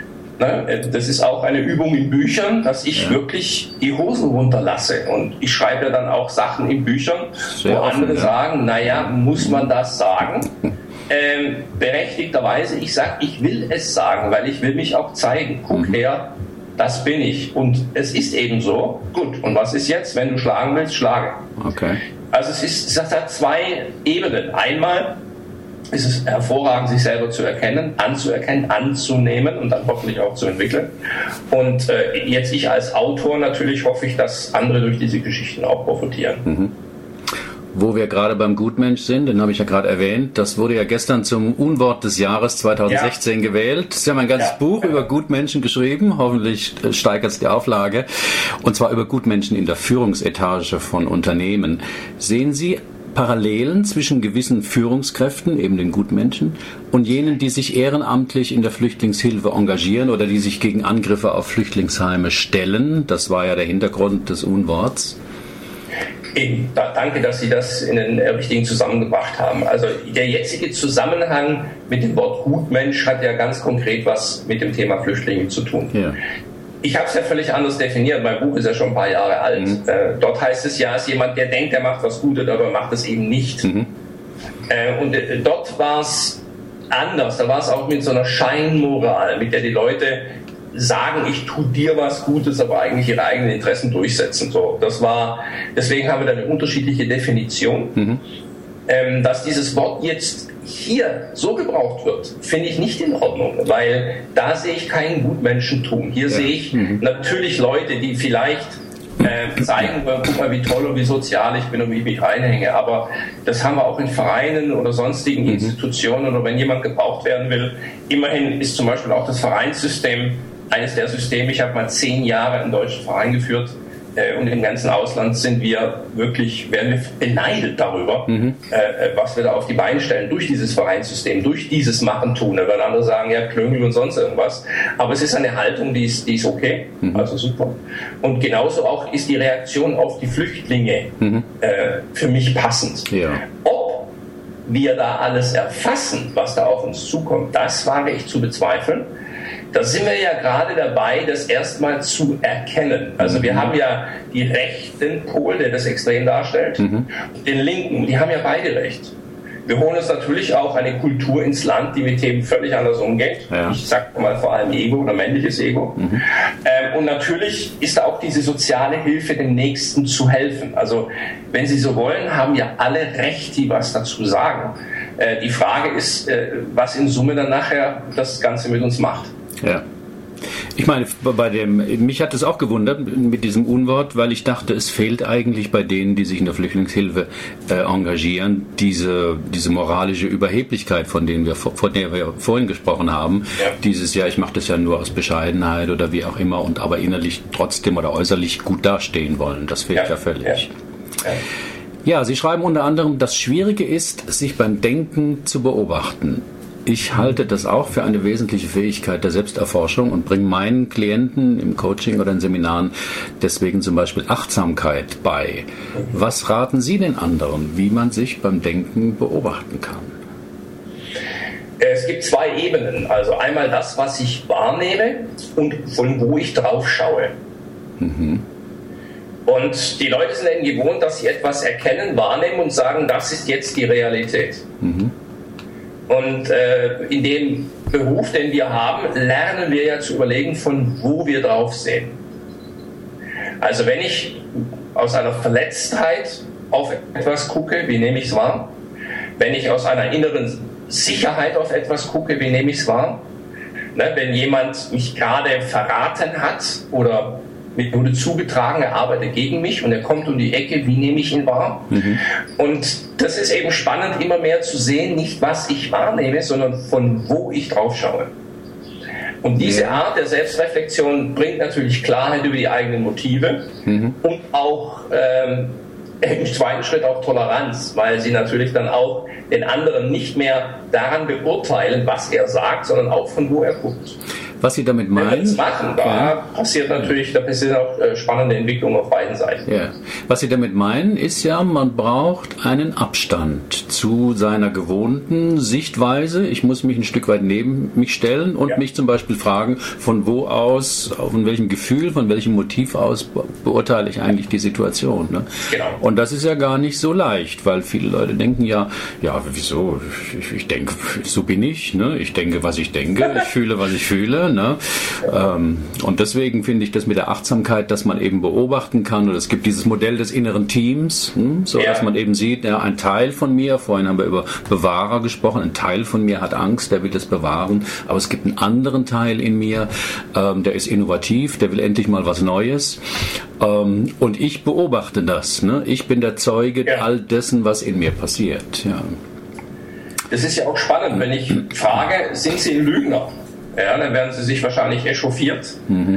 Das ist auch eine Übung in Büchern, dass ich wirklich die Hosen runterlasse. Und ich schreibe ja dann auch Sachen in Büchern, wo andere sagen, naja, muss man das sagen? Berechtigterweise, ich sage, ich will es sagen, weil ich will mich auch zeigen. Guck her, das bin ich. Und es ist eben so. Gut, und was ist jetzt? Wenn du schlagen willst, schlage. Okay. Also es hat zwei Ebenen. Einmal ist es hervorragend, sich selber zu erkennen, anzuerkennen, anzunehmen und dann hoffentlich auch zu entwickeln. Und jetzt ich als Autor natürlich hoffe ich, dass andere durch diese Geschichten auch profitieren. Wo wir gerade beim Gutmensch sind, den habe ich ja gerade erwähnt, das wurde ja gestern zum Unwort des Jahres 2016 gewählt. Sie haben ein ganzes Buch über Gutmenschen geschrieben, hoffentlich steigert es die Auflage, und zwar über Gutmenschen in der Führungsetage von Unternehmen. Sehen Sie Parallelen zwischen gewissen Führungskräften, eben den Gutmenschen, und jenen, die sich ehrenamtlich in der Flüchtlingshilfe engagieren oder die sich gegen Angriffe auf Flüchtlingsheime stellen? Das war ja der Hintergrund des Unworts. Danke, dass Sie das in den richtigen zusammengebracht haben. Also der jetzige Zusammenhang mit dem Wort Gutmensch hat ja ganz konkret was mit dem Thema Flüchtlinge zu tun. Ja. Ich habe es ja völlig anders definiert. Mein Buch ist ja schon ein paar Jahre alt. Dort heißt es ja, es ist jemand, der denkt, er macht was Gutes, aber macht es eben nicht. Und dort war es anders. Da war es auch mit so einer Scheinmoral, mit der die Leute sagen, ich tue dir was Gutes, aber eigentlich ihre eigenen Interessen durchsetzen. So, deswegen haben wir da eine unterschiedliche Definition. Dass dieses Wort jetzt hier so gebraucht wird, finde ich nicht in Ordnung, weil da sehe ich kein Gutmenschentum. Hier sehe ich natürlich Leute, die vielleicht zeigen wollen, guck mal, wie toll und wie sozial ich bin und wie ich mich reinhänge. Aber das haben wir auch in Vereinen oder sonstigen Institutionen oder wenn jemand gebraucht werden will. Immerhin ist zum Beispiel auch das Vereinssystem eines der Systeme. Ich habe mal 10 Jahre einen deutschen Verein geführt und im ganzen Ausland werden wir beneidet darüber, was wir da auf die Beine stellen durch dieses Vereinssystem, durch dieses Machen, Tun. Da werden andere sagen, ja, Klöngel und sonst irgendwas. Aber es ist eine Haltung, die ist okay, also super. Und genauso auch ist die Reaktion auf die Flüchtlinge für mich passend. Ja. Ob wir da alles erfassen, was da auf uns zukommt, das wage ich zu bezweifeln. Da sind wir ja gerade dabei, das erstmal zu erkennen. Also wir haben ja die rechten Pol, der das extrem darstellt, und den linken, die haben ja beide recht. Wir holen uns natürlich auch eine Kultur ins Land, die mit Themen völlig anders umgeht. Ja. Ich sag mal vor allem Ego oder männliches Ego. Und natürlich ist da auch diese soziale Hilfe, dem Nächsten zu helfen. Also wenn Sie so wollen, haben ja alle Recht, die was dazu sagen. Die Frage ist, was in Summe dann nachher das Ganze mit uns macht. Ja. Ich meine, mich hat es auch gewundert mit diesem Unwort, weil ich dachte, es fehlt eigentlich bei denen, die sich in der Flüchtlingshilfe engagieren, diese moralische Überheblichkeit, von der wir vorhin gesprochen haben. Ja. Dieses, ja, ich mache das ja nur aus Bescheidenheit oder wie auch immer und aber innerlich trotzdem oder äußerlich gut dastehen wollen. Das fehlt ja völlig. Ja, Sie schreiben unter anderem, das Schwierige ist, sich beim Denken zu beobachten. ich halte das auch für eine wesentliche Fähigkeit der Selbsterforschung und bringe meinen Klienten im Coaching oder in Seminaren deswegen zum Beispiel Achtsamkeit bei. Was raten Sie den anderen, wie man sich beim Denken beobachten kann? Es gibt zwei Ebenen. Also einmal das, was ich wahrnehme und von wo ich drauf schaue. Mhm. Und die Leute sind eben gewohnt, dass sie etwas erkennen, wahrnehmen und sagen, das ist jetzt die Realität. Mhm. Und in dem Beruf, den wir haben, lernen wir ja zu überlegen, von wo wir drauf sehen. Also wenn ich aus einer Verletztheit auf etwas gucke, wie nehme ich es wahr? Wenn ich aus einer inneren Sicherheit auf etwas gucke, wie nehme ich es wahr? Ne, wenn jemand mich gerade verraten hat oder mir wurde zugetragen, er arbeitet gegen mich und er kommt um die Ecke, wie nehme ich ihn wahr? Mhm. Und das ist eben spannend, immer mehr zu sehen, nicht was ich wahrnehme, sondern von wo ich drauf schaue. Und diese Art der Selbstreflexion bringt natürlich Klarheit über die eigenen Motive und auch im zweiten Schritt auch Toleranz, weil sie natürlich dann auch den anderen nicht mehr daran beurteilen, was er sagt, sondern auch von wo er guckt. Was Sie damit meinen? Wenn wir das machen, da passiert auch spannende Entwicklungen auf beiden Seiten. Ja. Was Sie damit meinen, ist ja, man braucht einen Abstand zu seiner gewohnten Sichtweise. Ich muss mich ein Stück weit neben mich stellen und mich zum Beispiel fragen, von wo aus, von welchem Gefühl, von welchem Motiv aus beurteile ich eigentlich die Situation. Ne? Genau. Und das ist ja gar nicht so leicht, weil viele Leute denken ja, wieso? Ich denke, so bin ich. Ne? Ich denke, was ich denke. Ich fühle, was ich fühle. Ne? Und deswegen finde ich das mit der Achtsamkeit, dass man eben beobachten kann, oder es gibt dieses Modell des inneren Teams, dass man eben sieht, ein Teil von mir, vorhin haben wir über Bewahrer gesprochen, ein Teil von mir hat Angst, der will das bewahren, aber es gibt einen anderen Teil in mir, der ist innovativ, der will endlich mal was Neues, und ich beobachte das. Ne? Ich bin der Zeuge all dessen, was in mir passiert. Ja. Das ist ja auch spannend, wenn ich frage, sind Sie ein Lügner? Ja, dann werden Sie sich wahrscheinlich echauffiert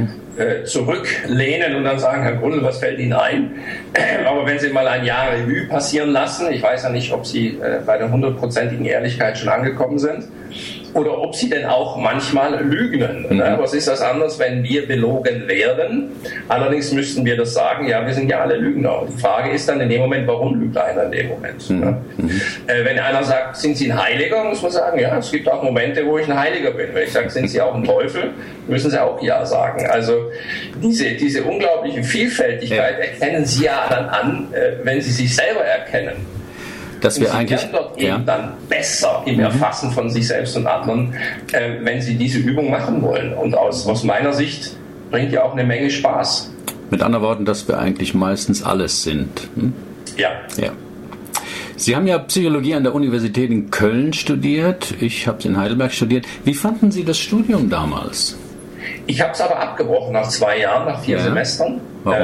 zurücklehnen und dann sagen, Herr Grundl, was fällt Ihnen ein? Aber wenn Sie mal ein Jahr Revue passieren lassen, ich weiß ja nicht, ob Sie bei der 100%igen Ehrlichkeit schon angekommen sind, oder ob sie denn auch manchmal lügen. Was ist das anders, wenn wir belogen werden? Allerdings müssten wir das sagen, ja, wir sind ja alle Lügner. Und die Frage ist dann in dem Moment, warum lügt einer in dem Moment? Wenn einer sagt, sind Sie ein Heiliger, muss man sagen, ja, es gibt auch Momente, wo ich ein Heiliger bin. Wenn ich sage, sind Sie auch ein Teufel, müssen Sie auch ja sagen. Also diese unglaubliche Vielfältigkeit erkennen Sie ja dann an, wenn Sie sich selber erkennen. Dass wir eigentlich dort eben dann besser im Erfassen von sich selbst und anderen, wenn sie diese Übung machen wollen. Und aus meiner Sicht bringt ja auch eine Menge Spaß. Mit anderen Worten, dass wir eigentlich meistens alles sind. Ja. Sie haben ja Psychologie an der Universität in Köln studiert. Ich habe es in Heidelberg studiert. Wie fanden Sie das Studium damals? Ich habe es aber abgebrochen nach 2 Jahren, nach 4 Semestern.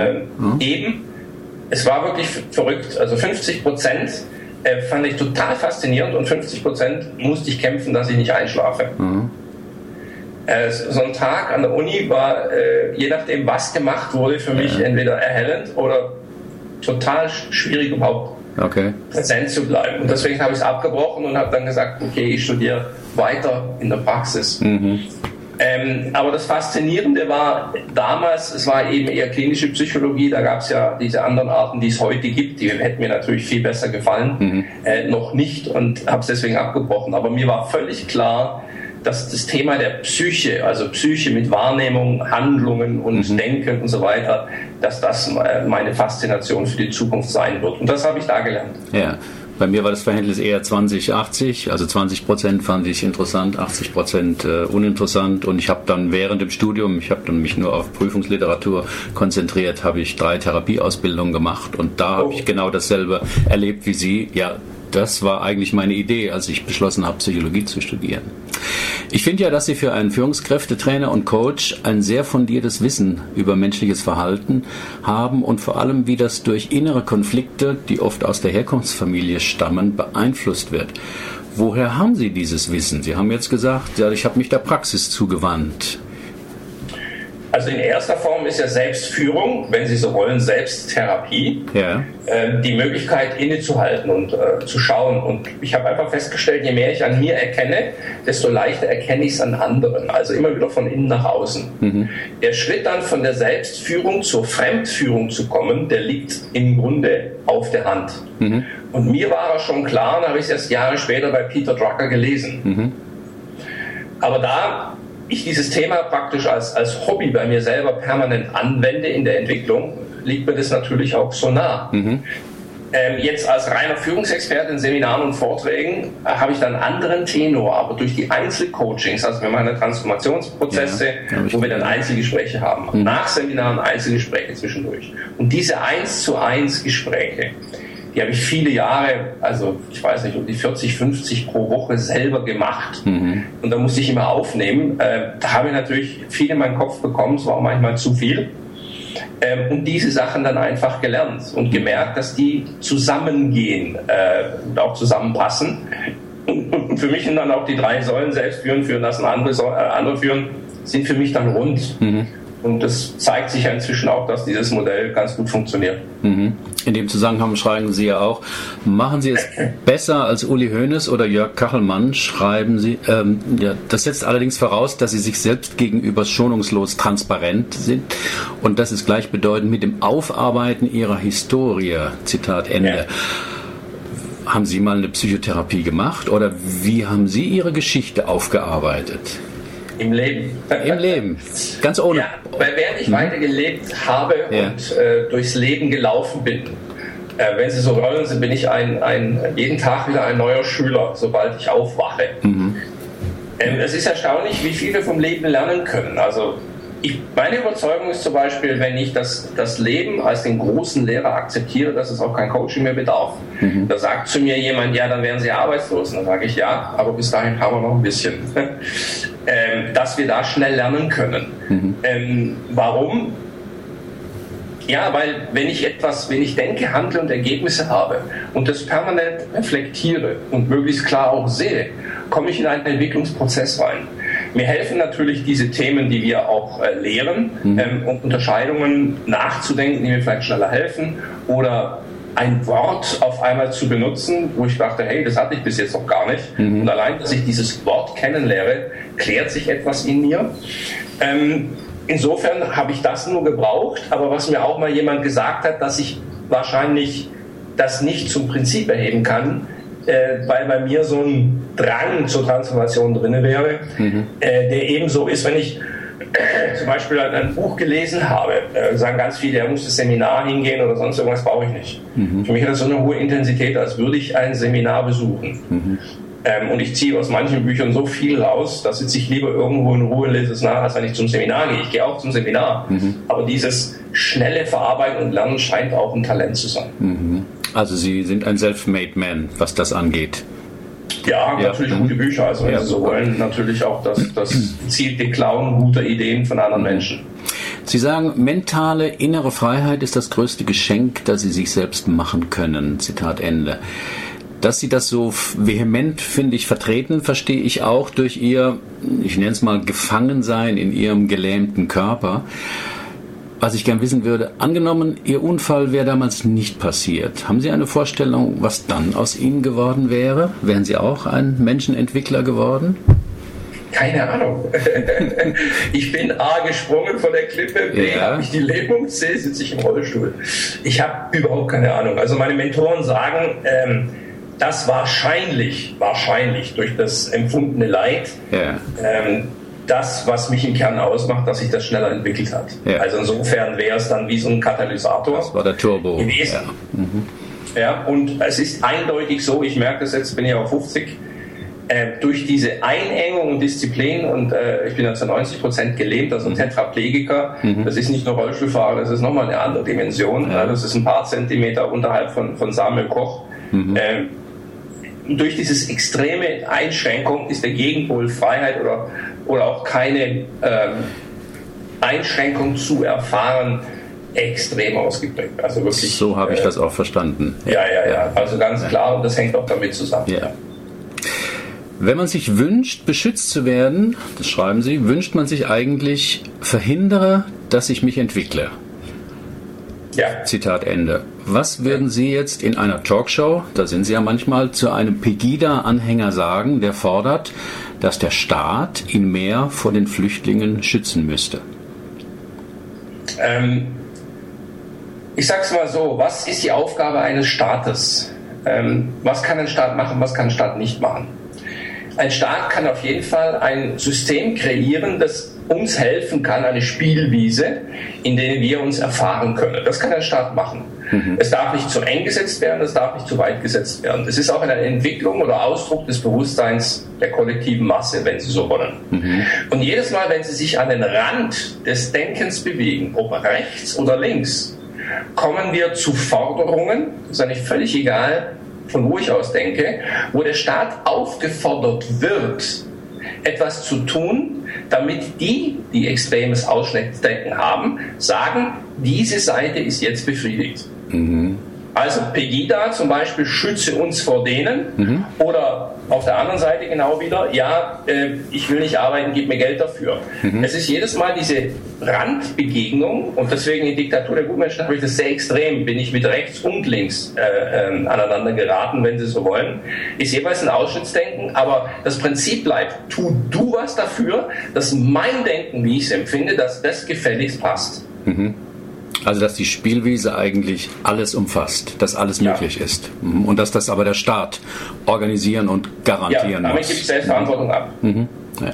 Es war wirklich verrückt. Also 50% fand ich total faszinierend und 50% musste ich kämpfen, dass ich nicht einschlafe. So ein Tag an der Uni war, je nachdem was gemacht wurde, für mich entweder erhellend oder total schwierig überhaupt präsent zu bleiben. Und deswegen habe ich es abgebrochen und habe dann gesagt, okay, ich studiere weiter in der Praxis. Aber das Faszinierende war damals, es war eben eher klinische Psychologie, da gab es ja diese anderen Arten, die es heute gibt, die hätten mir natürlich viel besser gefallen, noch nicht, und habe es deswegen abgebrochen. Aber mir war völlig klar, dass das Thema der Psyche, also Psyche mit Wahrnehmung, Handlungen und Denken und so weiter, dass das meine Faszination für die Zukunft sein wird. Und das habe ich da gelernt. Ja. Bei mir war das Verhältnis eher 20-80, also 20% fand ich interessant, 80% uninteressant, und ich habe dann während dem Studium, ich habe dann mich nur auf Prüfungsliteratur konzentriert, habe ich 3 Therapieausbildungen gemacht, und da habe ich genau dasselbe erlebt wie Sie. Ja, das war eigentlich meine Idee, als ich beschlossen habe, Psychologie zu studieren. Ich finde ja, dass Sie für einen Führungskräftetrainer und Coach ein sehr fundiertes Wissen über menschliches Verhalten haben und vor allem, wie das durch innere Konflikte, die oft aus der Herkunftsfamilie stammen, beeinflusst wird. Woher haben Sie dieses Wissen? Sie haben jetzt gesagt, ja, ich habe mich der Praxis zugewandt. Also in erster Form ist ja Selbstführung, wenn Sie so wollen, Selbsttherapie, die Möglichkeit innezuhalten und zu schauen. Und ich habe einfach festgestellt, je mehr ich an mir erkenne, desto leichter erkenne ich es an anderen. Also immer wieder von innen nach außen. Der Schritt dann von der Selbstführung zur Fremdführung zu kommen, der liegt im Grunde auf der Hand. Und mir war er schon klar, und habe ich es erst Jahre später bei Peter Drucker gelesen. Aber da ich dieses Thema praktisch als Hobby bei mir selber permanent anwende in der Entwicklung, liegt mir das natürlich auch so nah. Jetzt als reiner Führungsexperte in Seminaren und Vorträgen habe ich dann einen anderen Tenor, aber durch die Einzelcoachings, also wir machen Transformationsprozesse, wo wir dann Einzelgespräche haben, nach Seminaren Einzelgespräche zwischendurch. Und diese 1:1 Gespräche, die habe ich viele Jahre, also ich weiß nicht, um die 40, 50 pro Woche selber gemacht. Und da musste ich immer aufnehmen. Da habe ich natürlich viel in meinen Kopf bekommen, es war auch manchmal zu viel. Und diese Sachen dann einfach gelernt und gemerkt, dass die zusammengehen und auch zusammenpassen. Und für mich sind dann auch die 3 Säulen, selbst führen lassen, andere führen, sind für mich dann rund. Und das zeigt sich ja inzwischen auch, dass dieses Modell ganz gut funktioniert. In dem Zusammenhang schreiben Sie ja auch, machen Sie es besser als Uli Hoeneß oder Jörg Kachelmann, schreiben Sie. Das setzt allerdings voraus, dass Sie sich selbst gegenüber schonungslos transparent sind. Und das ist gleichbedeutend mit dem Aufarbeiten Ihrer Historie. Zitat Ende. Haben Sie mal eine Psychotherapie gemacht oder wie haben Sie Ihre Geschichte aufgearbeitet? Im Leben. Im Leben. Ganz ohne. Ja, weil während ich weiter gelebt habe und durchs Leben gelaufen bin, wenn Sie so wollen, bin ich jeden Tag wieder ein neuer Schüler, sobald ich aufwache. Es ist erstaunlich, wie viel wir vom Leben lernen können. Also meine Überzeugung ist zum Beispiel, wenn ich das Leben als den großen Lehrer akzeptiere, dass es auch kein Coaching mehr bedarf. Da sagt zu mir jemand, ja, dann wären Sie arbeitslos. Und dann sage ich, ja, aber bis dahin haben wir noch ein bisschen. Dass wir da schnell lernen können. Warum? Ja, weil wenn ich denke, handle und Ergebnisse habe und das permanent reflektiere und möglichst klar auch sehe, komme ich in einen Entwicklungsprozess rein. Mir helfen natürlich diese Themen, die wir auch lehren, um Unterscheidungen nachzudenken, die mir vielleicht schneller helfen oder ein Wort auf einmal zu benutzen, wo ich dachte, hey, das hatte ich bis jetzt noch gar nicht. Und allein, dass ich dieses Wort kennenlerne, klärt sich etwas in mir. Insofern habe ich das nur gebraucht, aber was mir auch mal jemand gesagt hat, dass ich wahrscheinlich das nicht zum Prinzip erheben kann, weil bei mir so ein Drang zur Transformation drin wäre, der eben so ist, wenn ich zum Beispiel ein Buch gelesen habe, sagen ganz viele, er muss das Seminar hingehen oder sonst irgendwas, brauche ich nicht. Für mich hat das so eine hohe Intensität, als würde ich ein Seminar besuchen. Und ich ziehe aus manchen Büchern so viel raus, da sitze ich lieber irgendwo in Ruhe und lese es nach, als wenn ich zum Seminar gehe. Ich gehe auch zum Seminar. Aber dieses schnelle Verarbeiten und Lernen scheint auch ein Talent zu sein. Also Sie sind ein Self-Made Man, was das angeht. Ja, natürlich gute Bücher. Also wenn Sie so wollen, natürlich auch das gezielte Klauen guter Ideen von anderen Menschen. Sie sagen, mentale innere Freiheit ist das größte Geschenk, das Sie sich selbst machen können. Zitat Ende. Dass Sie das so vehement, finde ich, vertreten, verstehe ich auch durch Ihr, ich nenne es mal, Gefangensein in Ihrem gelähmten Körper. Was ich gern wissen würde, angenommen, Ihr Unfall wäre damals nicht passiert. Haben Sie eine Vorstellung, was dann aus Ihnen geworden wäre? Wären Sie auch ein Menschenentwickler geworden? Keine Ahnung. Ich bin A, gesprungen von der Klippe, B, habe ich die Lähmung, C, sitze ich im Rollstuhl. Ich habe überhaupt keine Ahnung. Also meine Mentoren sagen, dass wahrscheinlich durch das empfundene Leid das, was mich im Kern ausmacht, dass sich das schneller entwickelt hat. Also insofern wäre es dann wie so ein Katalysator. Das war der Turbo gewesen. Ja, und es ist eindeutig so, ich merke das jetzt, bin ja auch 50, durch diese Einengung und Disziplin und ich bin ja zu 90% gelähmt, also Tetraplegiker, das ist nicht nur Rollstuhlfahrer, das ist nochmal eine andere Dimension, das ist ein paar Zentimeter unterhalb von Samuel Koch. Durch dieses extreme Einschränkung ist der Gegenpol Freiheit oder auch keine Einschränkung zu erfahren extrem ausgeprägt. Also wirklich. So habe ich das auch verstanden. Ja. Also ganz klar, und das hängt auch damit zusammen. Ja. Wenn man sich wünscht, beschützt zu werden, das schreiben Sie, wünscht man sich eigentlich, verhindere dass ich mich entwickle. Ja. Zitat Ende. Was würden Sie jetzt in einer Talkshow, da sind Sie ja manchmal, zu einem Pegida-Anhänger sagen, der fordert, dass der Staat ihn mehr vor den Flüchtlingen schützen müsste? Ich sag's mal so, was ist die Aufgabe eines Staates? Was kann ein Staat machen, was kann ein Staat nicht machen? Ein Staat kann auf jeden Fall ein System kreieren, das uns helfen kann, eine Spielwiese, in der wir uns erfahren können. Das kann ein Staat machen. Es darf nicht zu eng gesetzt werden, es darf nicht zu weit gesetzt werden. Es ist auch eine Entwicklung oder Ausdruck des Bewusstseins der kollektiven Masse, wenn Sie so wollen. Und jedes Mal, wenn Sie sich an den Rand des Denkens bewegen, ob rechts oder links, kommen wir zu Forderungen, das ist eigentlich völlig egal, von wo ich aus denke, wo der Staat aufgefordert wird, etwas zu tun, damit die extremes Ausschnittdenken haben, sagen, diese Seite ist jetzt befriedigt. Also Pegida zum Beispiel, schütze uns vor denen, oder auf der anderen Seite genau wieder, ja, ich will nicht arbeiten, gib mir Geld dafür. Es ist jedes Mal diese Randbegegnung, und deswegen in Diktatur der Gutmenschen habe ich das sehr extrem, bin ich mit rechts und links aneinander geraten, wenn Sie so wollen, ist jeweils ein Ausschnittsdenken, aber das Prinzip bleibt, tu du was dafür, dass mein Denken, wie ich es empfinde, dass das gefälligst passt. Also dass die Spielwiese eigentlich alles umfasst, dass alles möglich ist. Und dass das aber der Staat organisieren und garantieren muss. Damit gibt es Selbstverantwortung ab. Ja.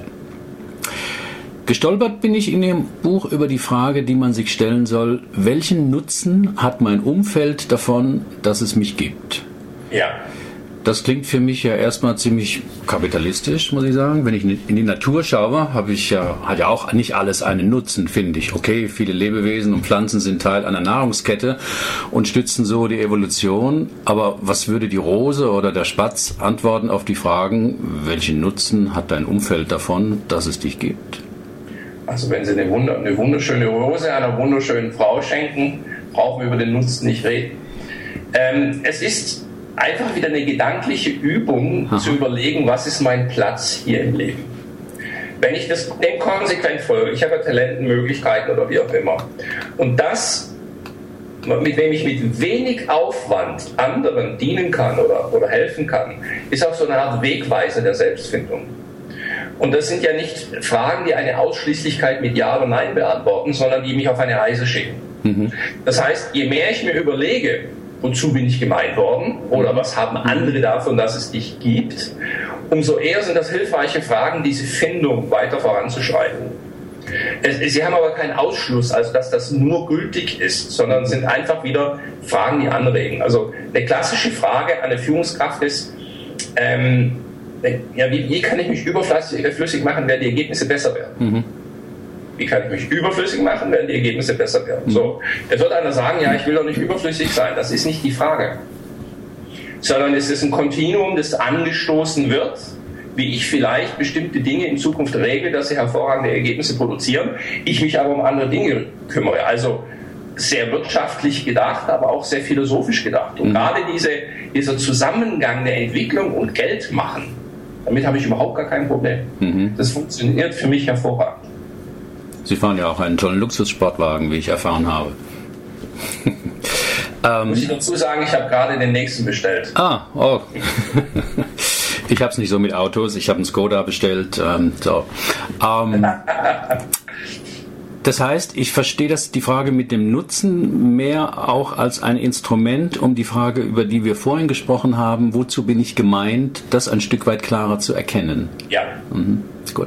Gestolpert bin ich in Ihrem Buch über die Frage, die man sich stellen soll, welchen Nutzen hat mein Umfeld davon, dass es mich gibt? Ja. Das klingt für mich ja erstmal ziemlich kapitalistisch, muss ich sagen. Wenn ich in die Natur schaue, hat ja auch nicht alles einen Nutzen, finde ich. Okay, viele Lebewesen und Pflanzen sind Teil einer Nahrungskette und stützen so die Evolution. Aber was würde die Rose oder der Spatz antworten auf die Fragen, welchen Nutzen hat dein Umfeld davon, dass es dich gibt? Also wenn Sie eine wunderschöne Rose einer wunderschönen Frau schenken, brauchen wir über den Nutzen nicht reden. Es ist einfach wieder eine gedankliche Übung, zu überlegen, was ist mein Platz hier im Leben. Wenn ich dem konsequent folge, ich habe ja Talenten, Möglichkeiten oder wie auch immer, und das, mit dem ich mit wenig Aufwand anderen dienen kann oder helfen kann, ist auch so eine Art Wegweiser der Selbstfindung. Und das sind ja nicht Fragen, die eine Ausschließlichkeit mit Ja oder Nein beantworten, sondern die mich auf eine Reise schicken. Das heißt, je mehr ich mir überlege, wozu bin ich gemeint worden oder was haben andere davon, dass es dich gibt, umso eher sind das hilfreiche Fragen, diese Findung weiter voranzuschreiten. Sie haben aber keinen Ausschluss, also dass das nur gültig ist, sondern sind einfach wieder Fragen, die anregen. Also eine klassische Frage an eine Führungskraft ist, wie kann ich mich überflüssig machen, wenn die Ergebnisse besser werden? Wie kann ich mich überflüssig machen, wenn die Ergebnisse besser werden? So, jetzt wird einer sagen, ja, ich will doch nicht überflüssig sein. Das ist nicht die Frage. Sondern es ist ein Kontinuum, das angestoßen wird, wie ich vielleicht bestimmte Dinge in Zukunft regle, dass sie hervorragende Ergebnisse produzieren, ich mich aber um andere Dinge kümmere. Also sehr wirtschaftlich gedacht, aber auch sehr philosophisch gedacht. Und gerade dieser Zusammengang der Entwicklung und Geld machen, damit habe ich überhaupt gar kein Problem. Das funktioniert für mich hervorragend. Sie fahren ja auch einen tollen Luxussportwagen, wie ich erfahren habe. Muss ich dazu sagen, ich habe gerade den nächsten bestellt. Ich habe es nicht so mit Autos, ich habe einen Skoda bestellt. Das heißt, ich verstehe die Frage mit dem Nutzen mehr auch als ein Instrument, um die Frage, über die wir vorhin gesprochen haben, wozu bin ich gemeint, das ein Stück weit klarer zu erkennen. Ja. Gut.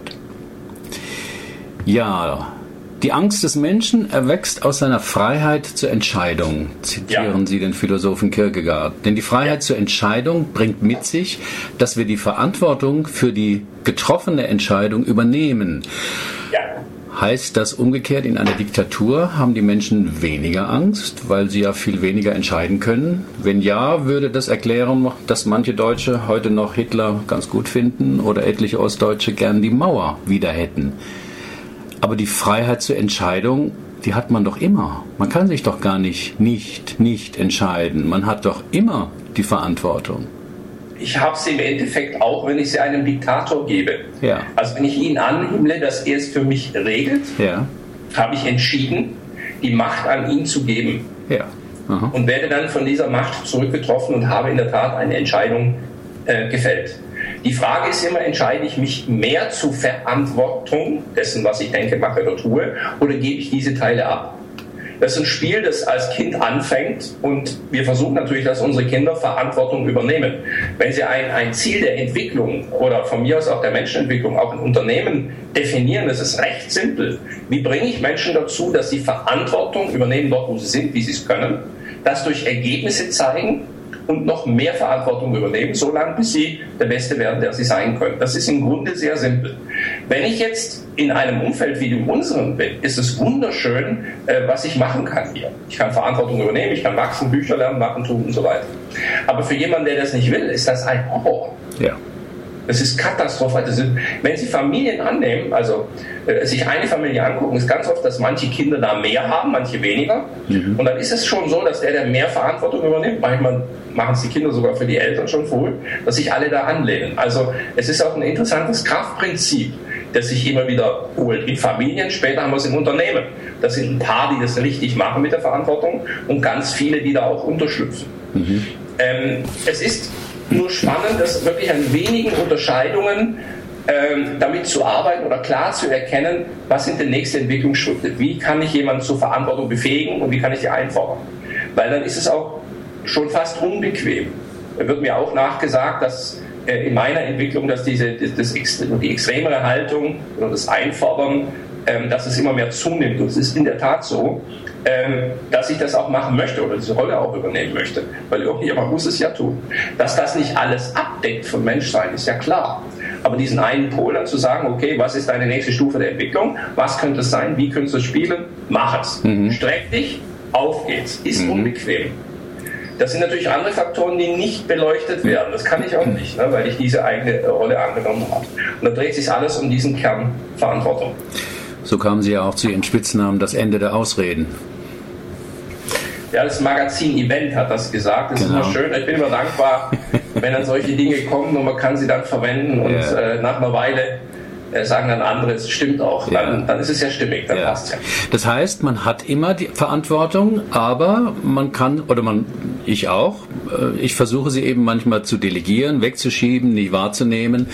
Ja, die Angst des Menschen erwächst aus seiner Freiheit zur Entscheidung, zitieren Sie den Philosophen Kierkegaard. Denn die Freiheit zur Entscheidung bringt mit sich, dass wir die Verantwortung für die getroffene Entscheidung übernehmen. Ja. Heißt das umgekehrt, in einer Diktatur haben die Menschen weniger Angst, weil sie ja viel weniger entscheiden können? Wenn ja, würde das erklären, dass manche Deutsche heute noch Hitler ganz gut finden oder etliche Ostdeutsche gern die Mauer wieder hätten. Aber die Freiheit zur Entscheidung, die hat man doch immer. Man kann sich doch gar nicht entscheiden. Man hat doch immer die Verantwortung. Ich habe sie im Endeffekt auch, wenn ich sie einem Diktator gebe. Ja. Also wenn ich ihn anhimmle, dass er es für mich regelt, habe ich entschieden, die Macht an ihn zu geben. Ja. Aha. Und werde dann von dieser Macht zurückgetroffen und habe in der Tat eine Entscheidung gefällt. Die Frage ist immer, entscheide ich mich mehr zur Verantwortung dessen, was ich denke, mache oder tue, oder gebe ich diese Teile ab? Das ist ein Spiel, das als Kind anfängt, und wir versuchen natürlich, dass unsere Kinder Verantwortung übernehmen. Wenn sie ein Ziel der Entwicklung oder von mir aus auch der Menschenentwicklung, auch ein Unternehmen definieren, das ist recht simpel. Wie bringe ich Menschen dazu, dass sie Verantwortung übernehmen dort, wo sie sind, wie sie es können, das durch Ergebnisse zeigen und noch mehr Verantwortung übernehmen, solange bis sie der Beste werden, der sie sein können. Das ist im Grunde sehr simpel. Wenn ich jetzt in einem Umfeld wie dem unseren bin, ist es wunderschön, was ich machen kann hier. Ich kann Verantwortung übernehmen, ich kann wachsen, Bücher lernen, machen, tun und so weiter. Aber für jemanden, der das nicht will, ist das ein Horror. Ja. Das ist katastrophal. Wenn Sie Familien annehmen, also sich eine Familie angucken, ist ganz oft, dass manche Kinder da mehr haben, manche weniger. Mhm. Und dann ist es schon so, dass der mehr Verantwortung übernimmt. Manchmal machen es die Kinder sogar für die Eltern schon früh, dass sich alle da anlehnen. Also es ist auch ein interessantes Kraftprinzip, das sich immer wieder holt. In Familien, später haben wir es im Unternehmen. Das sind ein paar, die das richtig machen mit der Verantwortung, und ganz viele, die da auch unterschlüpfen. Mhm. Es ist nur spannend, dass wirklich an wenigen Unterscheidungen damit zu arbeiten oder klar zu erkennen, was sind die nächsten Entwicklungsschritte, wie kann ich jemanden zur Verantwortung befähigen und wie kann ich die einfordern. Weil dann ist es auch schon fast unbequem. Da wird mir auch nachgesagt, dass in meiner Entwicklung, dass die extremere Haltung oder das Einfordern, dass es immer mehr zunimmt. Und es ist in der Tat so, dass ich das auch machen möchte oder diese Rolle auch übernehmen möchte, weil irgendjemand muss es ja tun. Dass das nicht alles abdeckt von Menschsein, ist ja klar. Aber diesen einen Pol dann zu sagen, okay, was ist deine nächste Stufe der Entwicklung, was könnte es sein, wie könntest du es spielen, mach es. Mhm. Streck dich, auf geht's. Ist unbequem. Das sind natürlich andere Faktoren, die nicht beleuchtet werden. Das kann ich auch nicht, ne, weil ich diese eigene Rolle angenommen habe. Und da dreht sich alles um diesen Kern Verantwortung. So kamen Sie ja auch zu Ihren Spitznamen, das Ende der Ausreden. Ja, das Magazin Event hat das gesagt. Das ist immer schön. Ich bin immer dankbar, wenn dann solche Dinge kommen und man kann sie dann verwenden und nach einer Weile sagen dann andere, es stimmt auch. Dann ist es ja stimmig, dann passt es ja. Das heißt, man hat immer die Verantwortung, aber man kann, ich auch, ich versuche sie eben manchmal zu delegieren, wegzuschieben, nicht wahrzunehmen.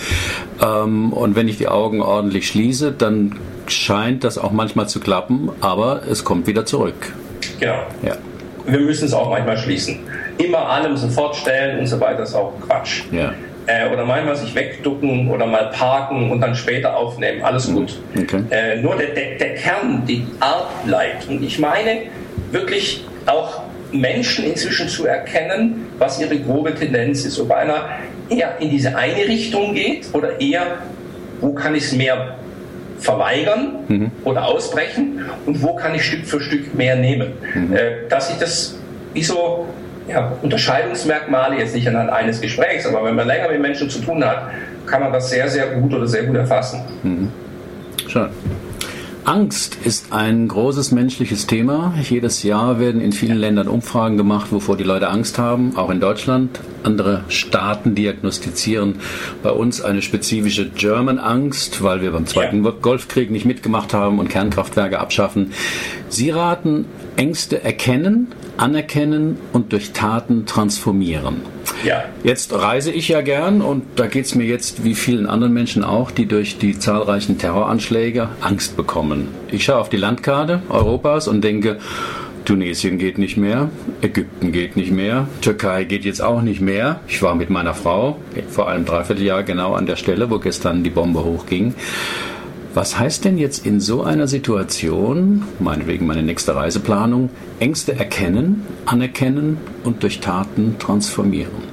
Und wenn ich die Augen ordentlich schließe, dann scheint das auch manchmal zu klappen, aber es kommt wieder zurück. Genau. Ja. Wir müssen es auch manchmal schließen. Immer allem sofort stellen und so weiter ist auch Quatsch. Ja. Oder manchmal sich wegducken oder mal parken und dann später aufnehmen. Alles gut. Okay. Nur der Kern, die Art bleibt. Und ich meine wirklich auch Menschen inzwischen zu erkennen, was ihre grobe Tendenz ist. Ob einer eher in diese eine Richtung geht oder eher, wo kann ich es mehr verweigern oder ausbrechen und wo kann ich Stück für Stück mehr nehmen. Dass ich das wie so Unterscheidungsmerkmale, jetzt nicht anhand eines Gesprächs, aber wenn man länger mit Menschen zu tun hat, kann man das sehr, sehr gut oder sehr gut erfassen. Schön. Angst ist ein großes menschliches Thema. Jedes Jahr werden in vielen Ländern Umfragen gemacht, wovor die Leute Angst haben, auch in Deutschland. Andere Staaten diagnostizieren bei uns eine spezifische German-Angst, weil wir beim Zweiten Golfkrieg nicht mitgemacht haben und Kernkraftwerke abschaffen. Sie raten, Ängste erkennen, anerkennen und durch Taten transformieren. Ja. Jetzt reise ich ja gern und da geht es mir jetzt wie vielen anderen Menschen auch, die durch die zahlreichen Terroranschläge Angst bekommen. Ich schaue auf die Landkarte Europas und denke, Tunesien geht nicht mehr, Ägypten geht nicht mehr, Türkei geht jetzt auch nicht mehr. Ich war mit meiner Frau vor einem Dreivierteljahr genau an der Stelle, wo gestern die Bombe hochging. Was heißt denn jetzt in so einer Situation, meinetwegen meine nächste Reiseplanung, Ängste erkennen, anerkennen und durch Taten transformieren?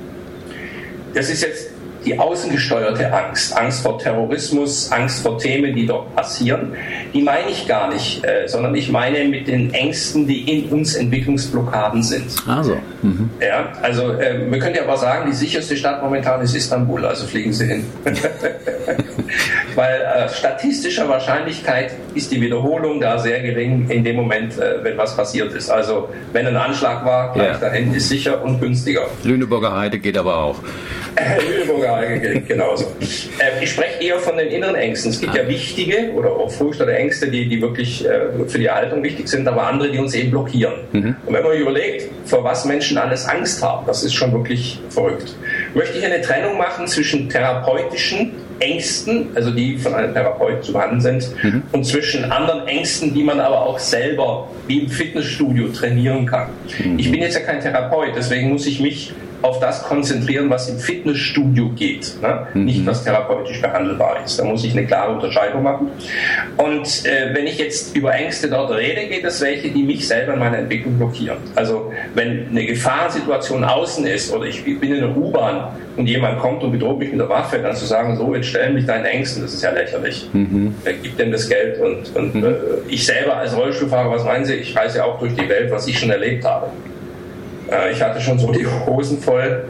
Das ist jetzt die außengesteuerte Angst. Angst vor Terrorismus, Angst vor Themen, die dort passieren. Die meine ich gar nicht, sondern ich meine mit den Ängsten, die in uns Entwicklungsblockaden sind. Also. Ja, also wir können ja aber sagen, die sicherste Stadt momentan ist Istanbul, also fliegen Sie hin. weil statistischer Wahrscheinlichkeit ist die Wiederholung da sehr gering in dem Moment, wenn was passiert ist. Also wenn ein Anschlag war, gleich dahin ist sicher und günstiger. Lüneburger Heide geht aber auch. Lüneburger Heide geht genauso. Ich spreche eher von den inneren Ängsten. Es gibt ja wichtige oder auch Furcht oder Ängste, die wirklich für die Erhaltung wichtig sind, aber andere, die uns eben blockieren. Und wenn man überlegt, vor was Menschen alles Angst haben, das ist schon wirklich verrückt. Möchte ich eine Trennung machen zwischen therapeutischen Ängsten, also die von einem Therapeuten zu behandeln sind, und zwischen anderen Ängsten, die man aber auch selber wie im Fitnessstudio trainieren kann. Ich bin jetzt ja kein Therapeut, deswegen muss ich mich auf das konzentrieren, was im Fitnessstudio geht, ne? Nicht was therapeutisch behandelbar ist. Da muss ich eine klare Unterscheidung machen. Und wenn ich jetzt über Ängste dort rede, geht es welche, die mich selber in meiner Entwicklung blockieren. Also wenn eine Gefahrsituation außen ist oder ich bin in der U-Bahn und jemand kommt und bedroht mich mit der Waffe, dann zu sagen, so, jetzt stellen mich deine Ängsten, das ist ja lächerlich. Gib dem das Geld und ich selber als Rollstuhlfahrer, was meinen Sie, ich reise ja auch durch die Welt, was ich schon erlebt habe. Ich hatte schon so die Hosen voll.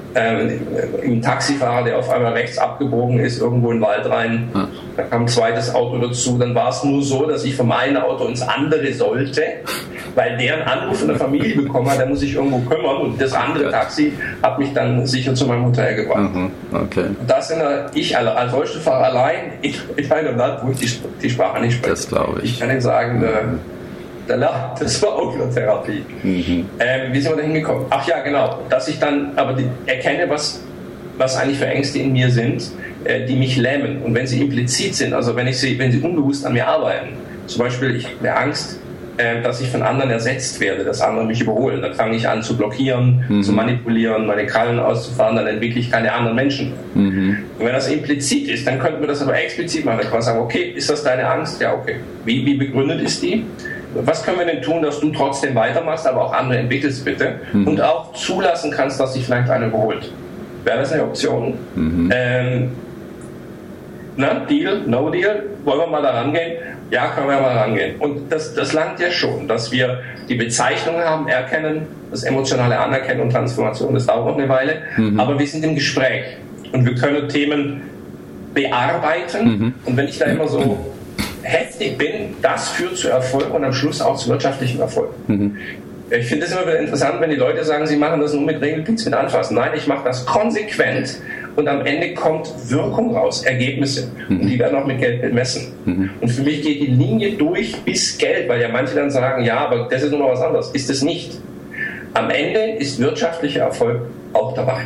Ein Taxifahrer, der auf einmal rechts abgebogen ist, irgendwo in den Wald rein. Da kam ein zweites Auto dazu. Dann war es nur so, dass ich vom einen Auto ins andere sollte, weil der einen Anruf von der Familie bekommen hat, der muss sich irgendwo kümmern. Und das andere Taxi hat mich dann sicher zu meinem Hotel gebracht. Okay. Das sind ich als Rollstuhlfahrer allein in einem Land, wo ich die Sprache nicht spreche. Das glaube ich. Ich kann Ihnen sagen, das war auch wieder Therapie. Wie sind wir da hingekommen? Ach ja, genau. Dass ich dann aber erkenne, was eigentlich für Ängste in mir sind, die mich lähmen. Und wenn sie implizit sind, also wenn sie unbewusst an mir arbeiten, zum Beispiel ich habe Angst, dass ich von anderen ersetzt werde, dass andere mich überholen. Dann fange ich an zu blockieren, zu manipulieren, meine Krallen auszufahren, dann entwickle ich keine anderen Menschen. Und wenn das implizit ist, dann könnten wir das aber explizit machen. Dann kann man sagen, okay, ist das deine Angst? Ja, okay. Wie begründet ist die? Was können wir denn tun, dass du trotzdem weitermachst, aber auch andere entwickelst bitte und auch zulassen kannst, dass sich vielleicht einer überholt? Wäre das eine Option? Deal, no deal? Wollen wir mal da rangehen? Ja, können wir mal rangehen. Und das langt ja schon, dass wir die Bezeichnung haben, erkennen, das emotionale Anerkennen und Transformation, das dauert noch eine Weile, aber wir sind im Gespräch und wir können Themen bearbeiten und wenn ich da immer so heftig bin, das führt zu Erfolg und am Schluss auch zu wirtschaftlichem Erfolg. Ich finde es immer wieder interessant, wenn die Leute sagen, sie machen das nur mit Regelpicks, mit Anfassen. Nein, ich mache das konsequent und am Ende kommt Wirkung raus, Ergebnisse. Und die werden auch mit Geld bemessen. Und für mich geht die Linie durch bis Geld, weil ja manche dann sagen, ja, aber das ist nur noch was anderes. Ist es nicht. Am Ende ist wirtschaftlicher Erfolg auch dabei.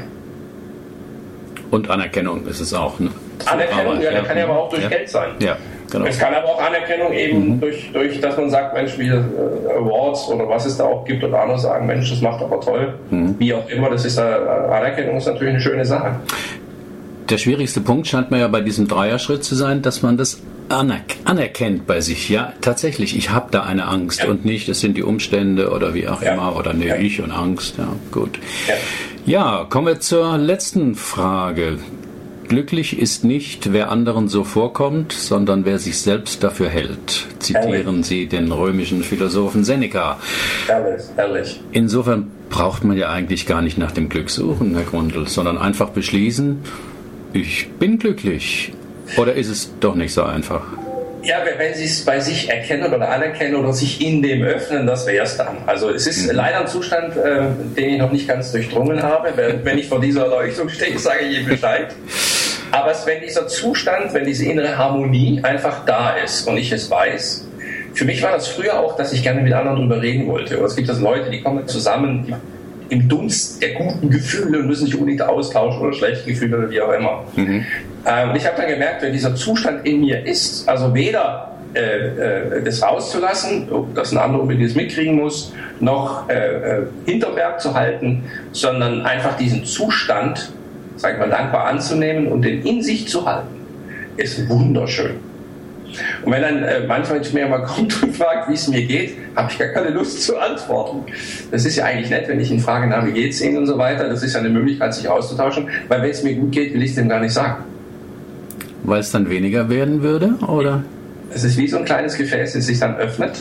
Und Anerkennung ist es auch. Ne? Anerkennung, ja, kann ja aber auch durch Geld sein. Ja. Genau. Es kann aber auch Anerkennung eben durch, dass man sagt, Mensch, wie Awards oder was es da auch gibt und andere sagen, Mensch, das macht aber toll. Wie auch immer, das ist Anerkennung ist natürlich eine schöne Sache. Der schwierigste Punkt scheint mir ja bei diesem Dreierschritt zu sein, dass man das anerkennt bei sich. Ja, tatsächlich, ich habe da eine Angst und nicht, es sind die Umstände oder wie auch immer oder ich und Angst. Ja, gut. Ja, kommen wir zur letzten Frage. Glücklich ist nicht, wer anderen so vorkommt, sondern wer sich selbst dafür hält. Zitieren Sie den römischen Philosophen Seneca. Ehrlich. Insofern braucht man ja eigentlich gar nicht nach dem Glück suchen, Herr Grundl, sondern einfach beschließen, ich bin glücklich. Oder ist es doch nicht so einfach? Ja, wenn Sie es bei sich erkennen oder anerkennen oder sich in dem öffnen, das wäre es dann. Also es ist leider ein Zustand, den ich noch nicht ganz durchdrungen habe. Wenn ich vor dieser Erleuchtung stehe, sage ich Ihnen Bescheid. Aber wenn dieser Zustand, wenn diese innere Harmonie einfach da ist und ich es weiß, für mich war das früher auch, dass ich gerne mit anderen darüber reden wollte. Oder es gibt Leute, die kommen zusammen im Dunst der guten Gefühle und müssen sich unbedingt austauschen oder schlechte Gefühle oder wie auch immer. Und ich habe dann gemerkt, wenn dieser Zustand in mir ist, also weder das rauszulassen, dass ein anderer mit das mitkriegen muss, noch hinterm Berg zu halten, sondern einfach diesen Zustand, sag ich mal, dankbar anzunehmen und den in sich zu halten, ist wunderschön. Und wenn dann manchmal mir mal kommt und fragt, wie es mir geht, habe ich gar keine Lust zu antworten. Das ist ja eigentlich nett, wenn ich ihn frage, na, wie geht's Ihnen und so weiter. Das ist ja eine Möglichkeit, sich auszutauschen, weil wenn es mir gut geht, will ich es dem gar nicht sagen. Weil es dann weniger werden würde, oder? Es ist wie so ein kleines Gefäß, das sich dann öffnet.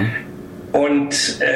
Und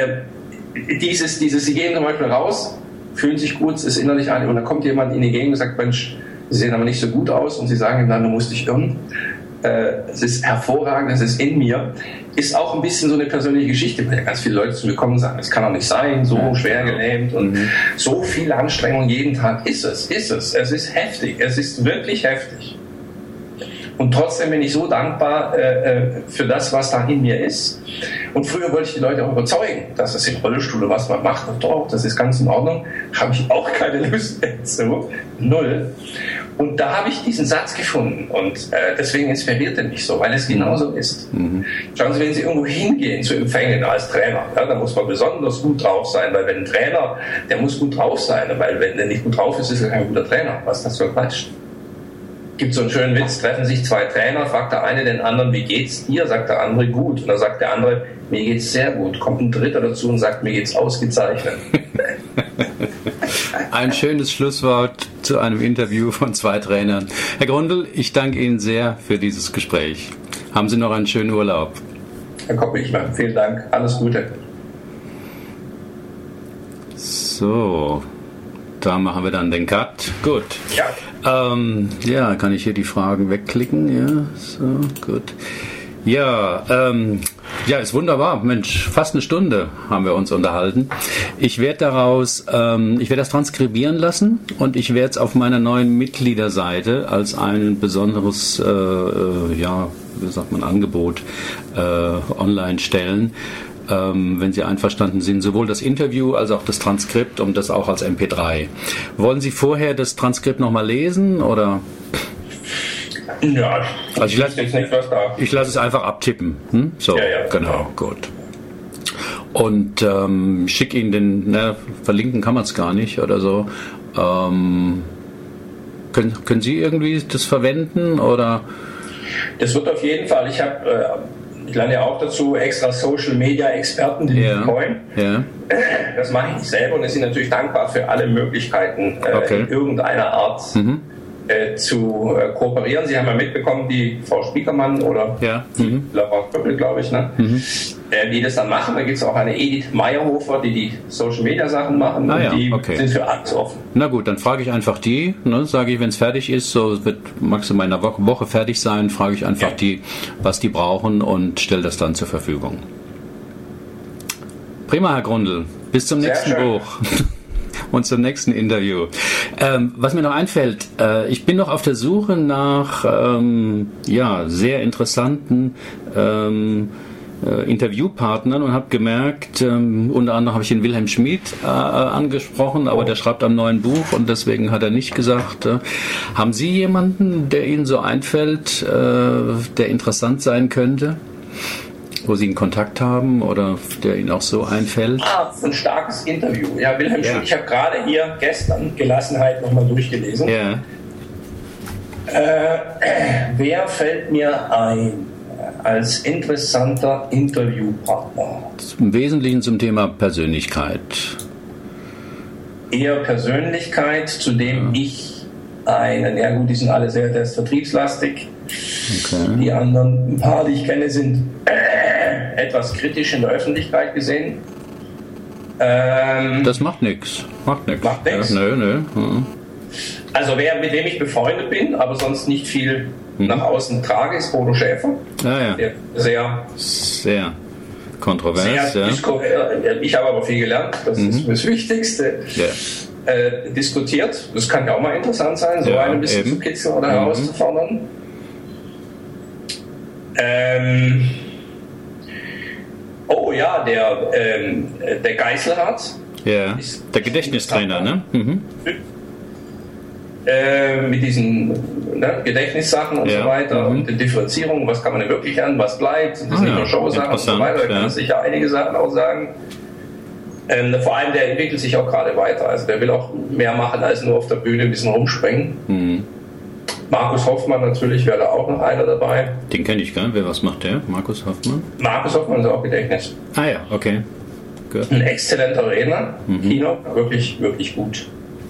Sie gehen zum Beispiel raus, fühlen sich gut, es ist innerlich ein, und dann kommt jemand in die Gegend und sagt, Mensch, Sie sehen aber nicht so gut aus, und Sie sagen ihm dann, du musst dich irren. es ist hervorragend, es ist in mir, ist auch ein bisschen so eine persönliche Geschichte, weil ja ganz viele Leute zu mir kommen und sagen, es kann doch nicht sein, so schwer gelähmt und so viel Anstrengung jeden Tag. Ist es. Es ist heftig, es ist wirklich heftig. Und trotzdem bin ich so dankbar für das, was da in mir ist. Und früher wollte ich die Leute auch überzeugen, dass es im Rollstuhl oder was man macht, und doch, das ist ganz in Ordnung. Habe ich auch keine Lust mehr zu. Null. Und da habe ich diesen Satz gefunden. Und deswegen inspiriert er mich so, weil es genauso ist. Schauen Sie, wenn Sie irgendwo hingehen zu Empfängen als Trainer, ja, da muss man besonders gut drauf sein, weil wenn ein Trainer, der muss gut drauf sein, weil wenn der nicht gut drauf ist, ist er kein guter Trainer. Was ist das für ein Quatsch? Gibt so einen schönen Witz, treffen sich zwei Trainer, fragt der eine den anderen, wie geht's dir? Sagt der andere, gut. Und dann sagt der andere, mir geht's sehr gut. Kommt ein Dritter dazu und sagt, mir geht's ausgezeichnet. Ein schönes Schlusswort zu einem Interview von zwei Trainern. Herr Grundl, ich danke Ihnen sehr für dieses Gespräch. Haben Sie noch einen schönen Urlaub. Herr Koppelchmann, vielen Dank. Alles Gute. So, da machen wir dann den Cut. Gut. Ja. Ja, kann ich hier die Fragen wegklicken? Ja, so, gut. Ja, ja, ist wunderbar. Mensch, fast eine Stunde haben wir uns unterhalten. Ich werde ich werde das transkribieren lassen und ich werde es auf meiner neuen Mitgliederseite als ein besonderes, ja, wie sagt man, Angebot online stellen. Wenn Sie einverstanden sind, sowohl das Interview als auch das Transkript und das auch als MP3. Wollen Sie vorher das Transkript nochmal lesen, oder? Ja, also ich lasse es einfach abtippen. So, ja, genau, gut. Und schicke Ihnen verlinken kann man es gar nicht oder so. Können Sie irgendwie das verwenden, oder? Das wird auf jeden Fall, ich lerne ja auch dazu, extra Social Media Experten, die betreuen. Ja. Das mache ich nicht selber und wir sind natürlich dankbar für alle Möglichkeiten, in irgendeiner Art zu kooperieren. Sie haben ja mitbekommen, die Frau Spiekermann oder Laura Köppel, glaube ich, ne? Die das dann machen. Da gibt es auch eine Edith Meyerhofer, die Social Media Sachen machen und die sind für alles offen. Na gut, dann frage ich einfach die, sage ich, wenn es fertig ist, so es wird maximal in einer Woche fertig sein, frage ich einfach die, was die brauchen und stelle das dann zur Verfügung. Prima, Herr Grundl. Bis zum nächsten Buch. Und zum nächsten Interview. Was mir noch einfällt, ich bin noch auf der Suche nach sehr interessanten Interviewpartnern und habe gemerkt, unter anderem habe ich den Wilhelm Schmid angesprochen, aber der schreibt am neuen Buch und deswegen hat er nicht gesagt. Haben Sie jemanden, der Ihnen so einfällt, der interessant sein könnte? Wo Sie einen Kontakt haben oder der Ihnen auch so einfällt? Das ist ein starkes Interview. Ja, Wilhelm Schmid, ich habe gerade hier gestern Gelassenheit nochmal durchgelesen. Ja. Wer fällt mir ein als interessanter Interviewpartner? Im Wesentlichen zum Thema Persönlichkeit. Eher Persönlichkeit, zu dem ich die sind alle sehr vertriebslastig. Okay. Die anderen, ein paar, die ich kenne, sind etwas kritisch in der Öffentlichkeit gesehen. Das macht nichts. Macht nichts. Nö. Also mit dem ich befreundet bin, aber sonst nicht viel nach außen trage, ist Bodo Schäfer. Der sehr kontrovers. Ich habe aber viel gelernt, das ist das Wichtigste. Diskutiert. Das kann ja auch mal interessant sein, so ein bisschen zu kitzeln oder herauszufordern. Der Geiselhardt. Ja, der Gedächtnistrainer, ne? Mit diesen Gedächtnissachen und so weiter und die Differenzierung, was kann man denn wirklich lernen, was bleibt, sind das nicht nur Showsachen und so weiter, da kann man sicher einige Sachen auch sagen. Vor allem, der entwickelt sich auch gerade weiter, also der will auch mehr machen, als nur auf der Bühne ein bisschen rumspringen. Markus Hoffmann natürlich wäre da auch noch einer dabei. Den kenne ich gar nicht, was macht der? Markus Hoffmann? Markus Hoffmann ist auch Gedächtnis. Ah ja, okay. Good. Ein exzellenter Redner, Kino, wirklich, wirklich gut.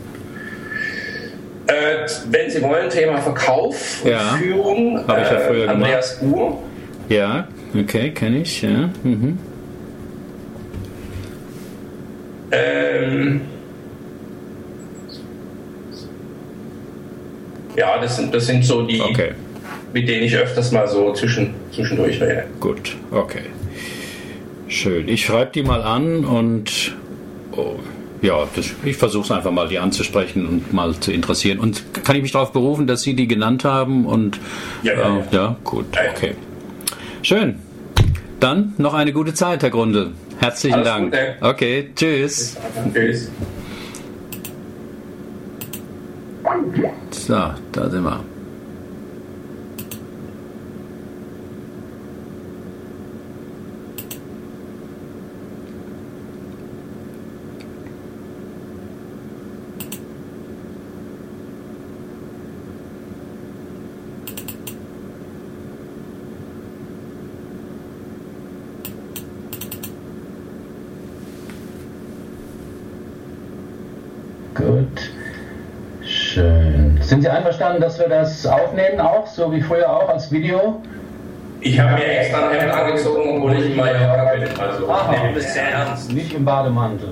Wenn Sie wollen, Thema Verkauf und Führung, habe ich ja früher Andreas Uhr. Ja, okay, kenne ich, ja. Das sind so die mit denen ich öfters mal so zwischendurch rede. Gut, okay. Schön. Ich schreibe die mal an und ich versuche es einfach mal, die anzusprechen und mal zu interessieren. Und kann ich mich darauf berufen, dass Sie die genannt haben? Und ja, gut, okay. Schön. Dann noch eine gute Zeit, Herr Grundl. Herzlichen Dank. Gute. Okay, tschüss. Tschüss. So, da sind wir. Gut. Schön. Sind Sie einverstanden, dass wir das aufnehmen auch, so wie früher auch als Video? Ich habe mir extra ein Hemd angezogen, obwohl ich in Mallorca bin. Also ich nehme das sehr ernst. Nicht im Bademantel.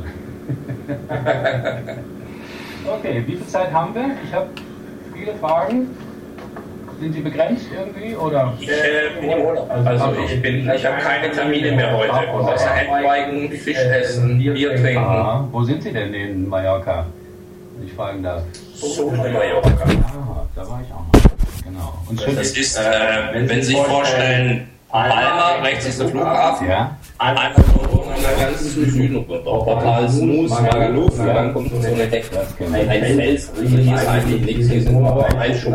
Okay, wie viel Zeit haben wir? Ich habe viele Fragen. Sind Sie begrenzt irgendwie? Oder? Ich bin im Urlaub. Also ich habe keine Termine mehr heute. Außer Handbiken, Fisch essen, Bier trinken. Ah, wo sind Sie denn in Mallorca? Wenn ich fragen darf. So in Mallorca. Ah, da war ich auch mal. Genau. Und Das ist, wenn Sie sich vorstellen, Palma, rechts ist der Flughafen. Ja. Einfach nur an der ganzen Süden runter. Portal Snus, Magaluf, und dann kommt so eine Decke. Ein Fels, hier ist eigentlich nichts, hier sind nur ein Schuh.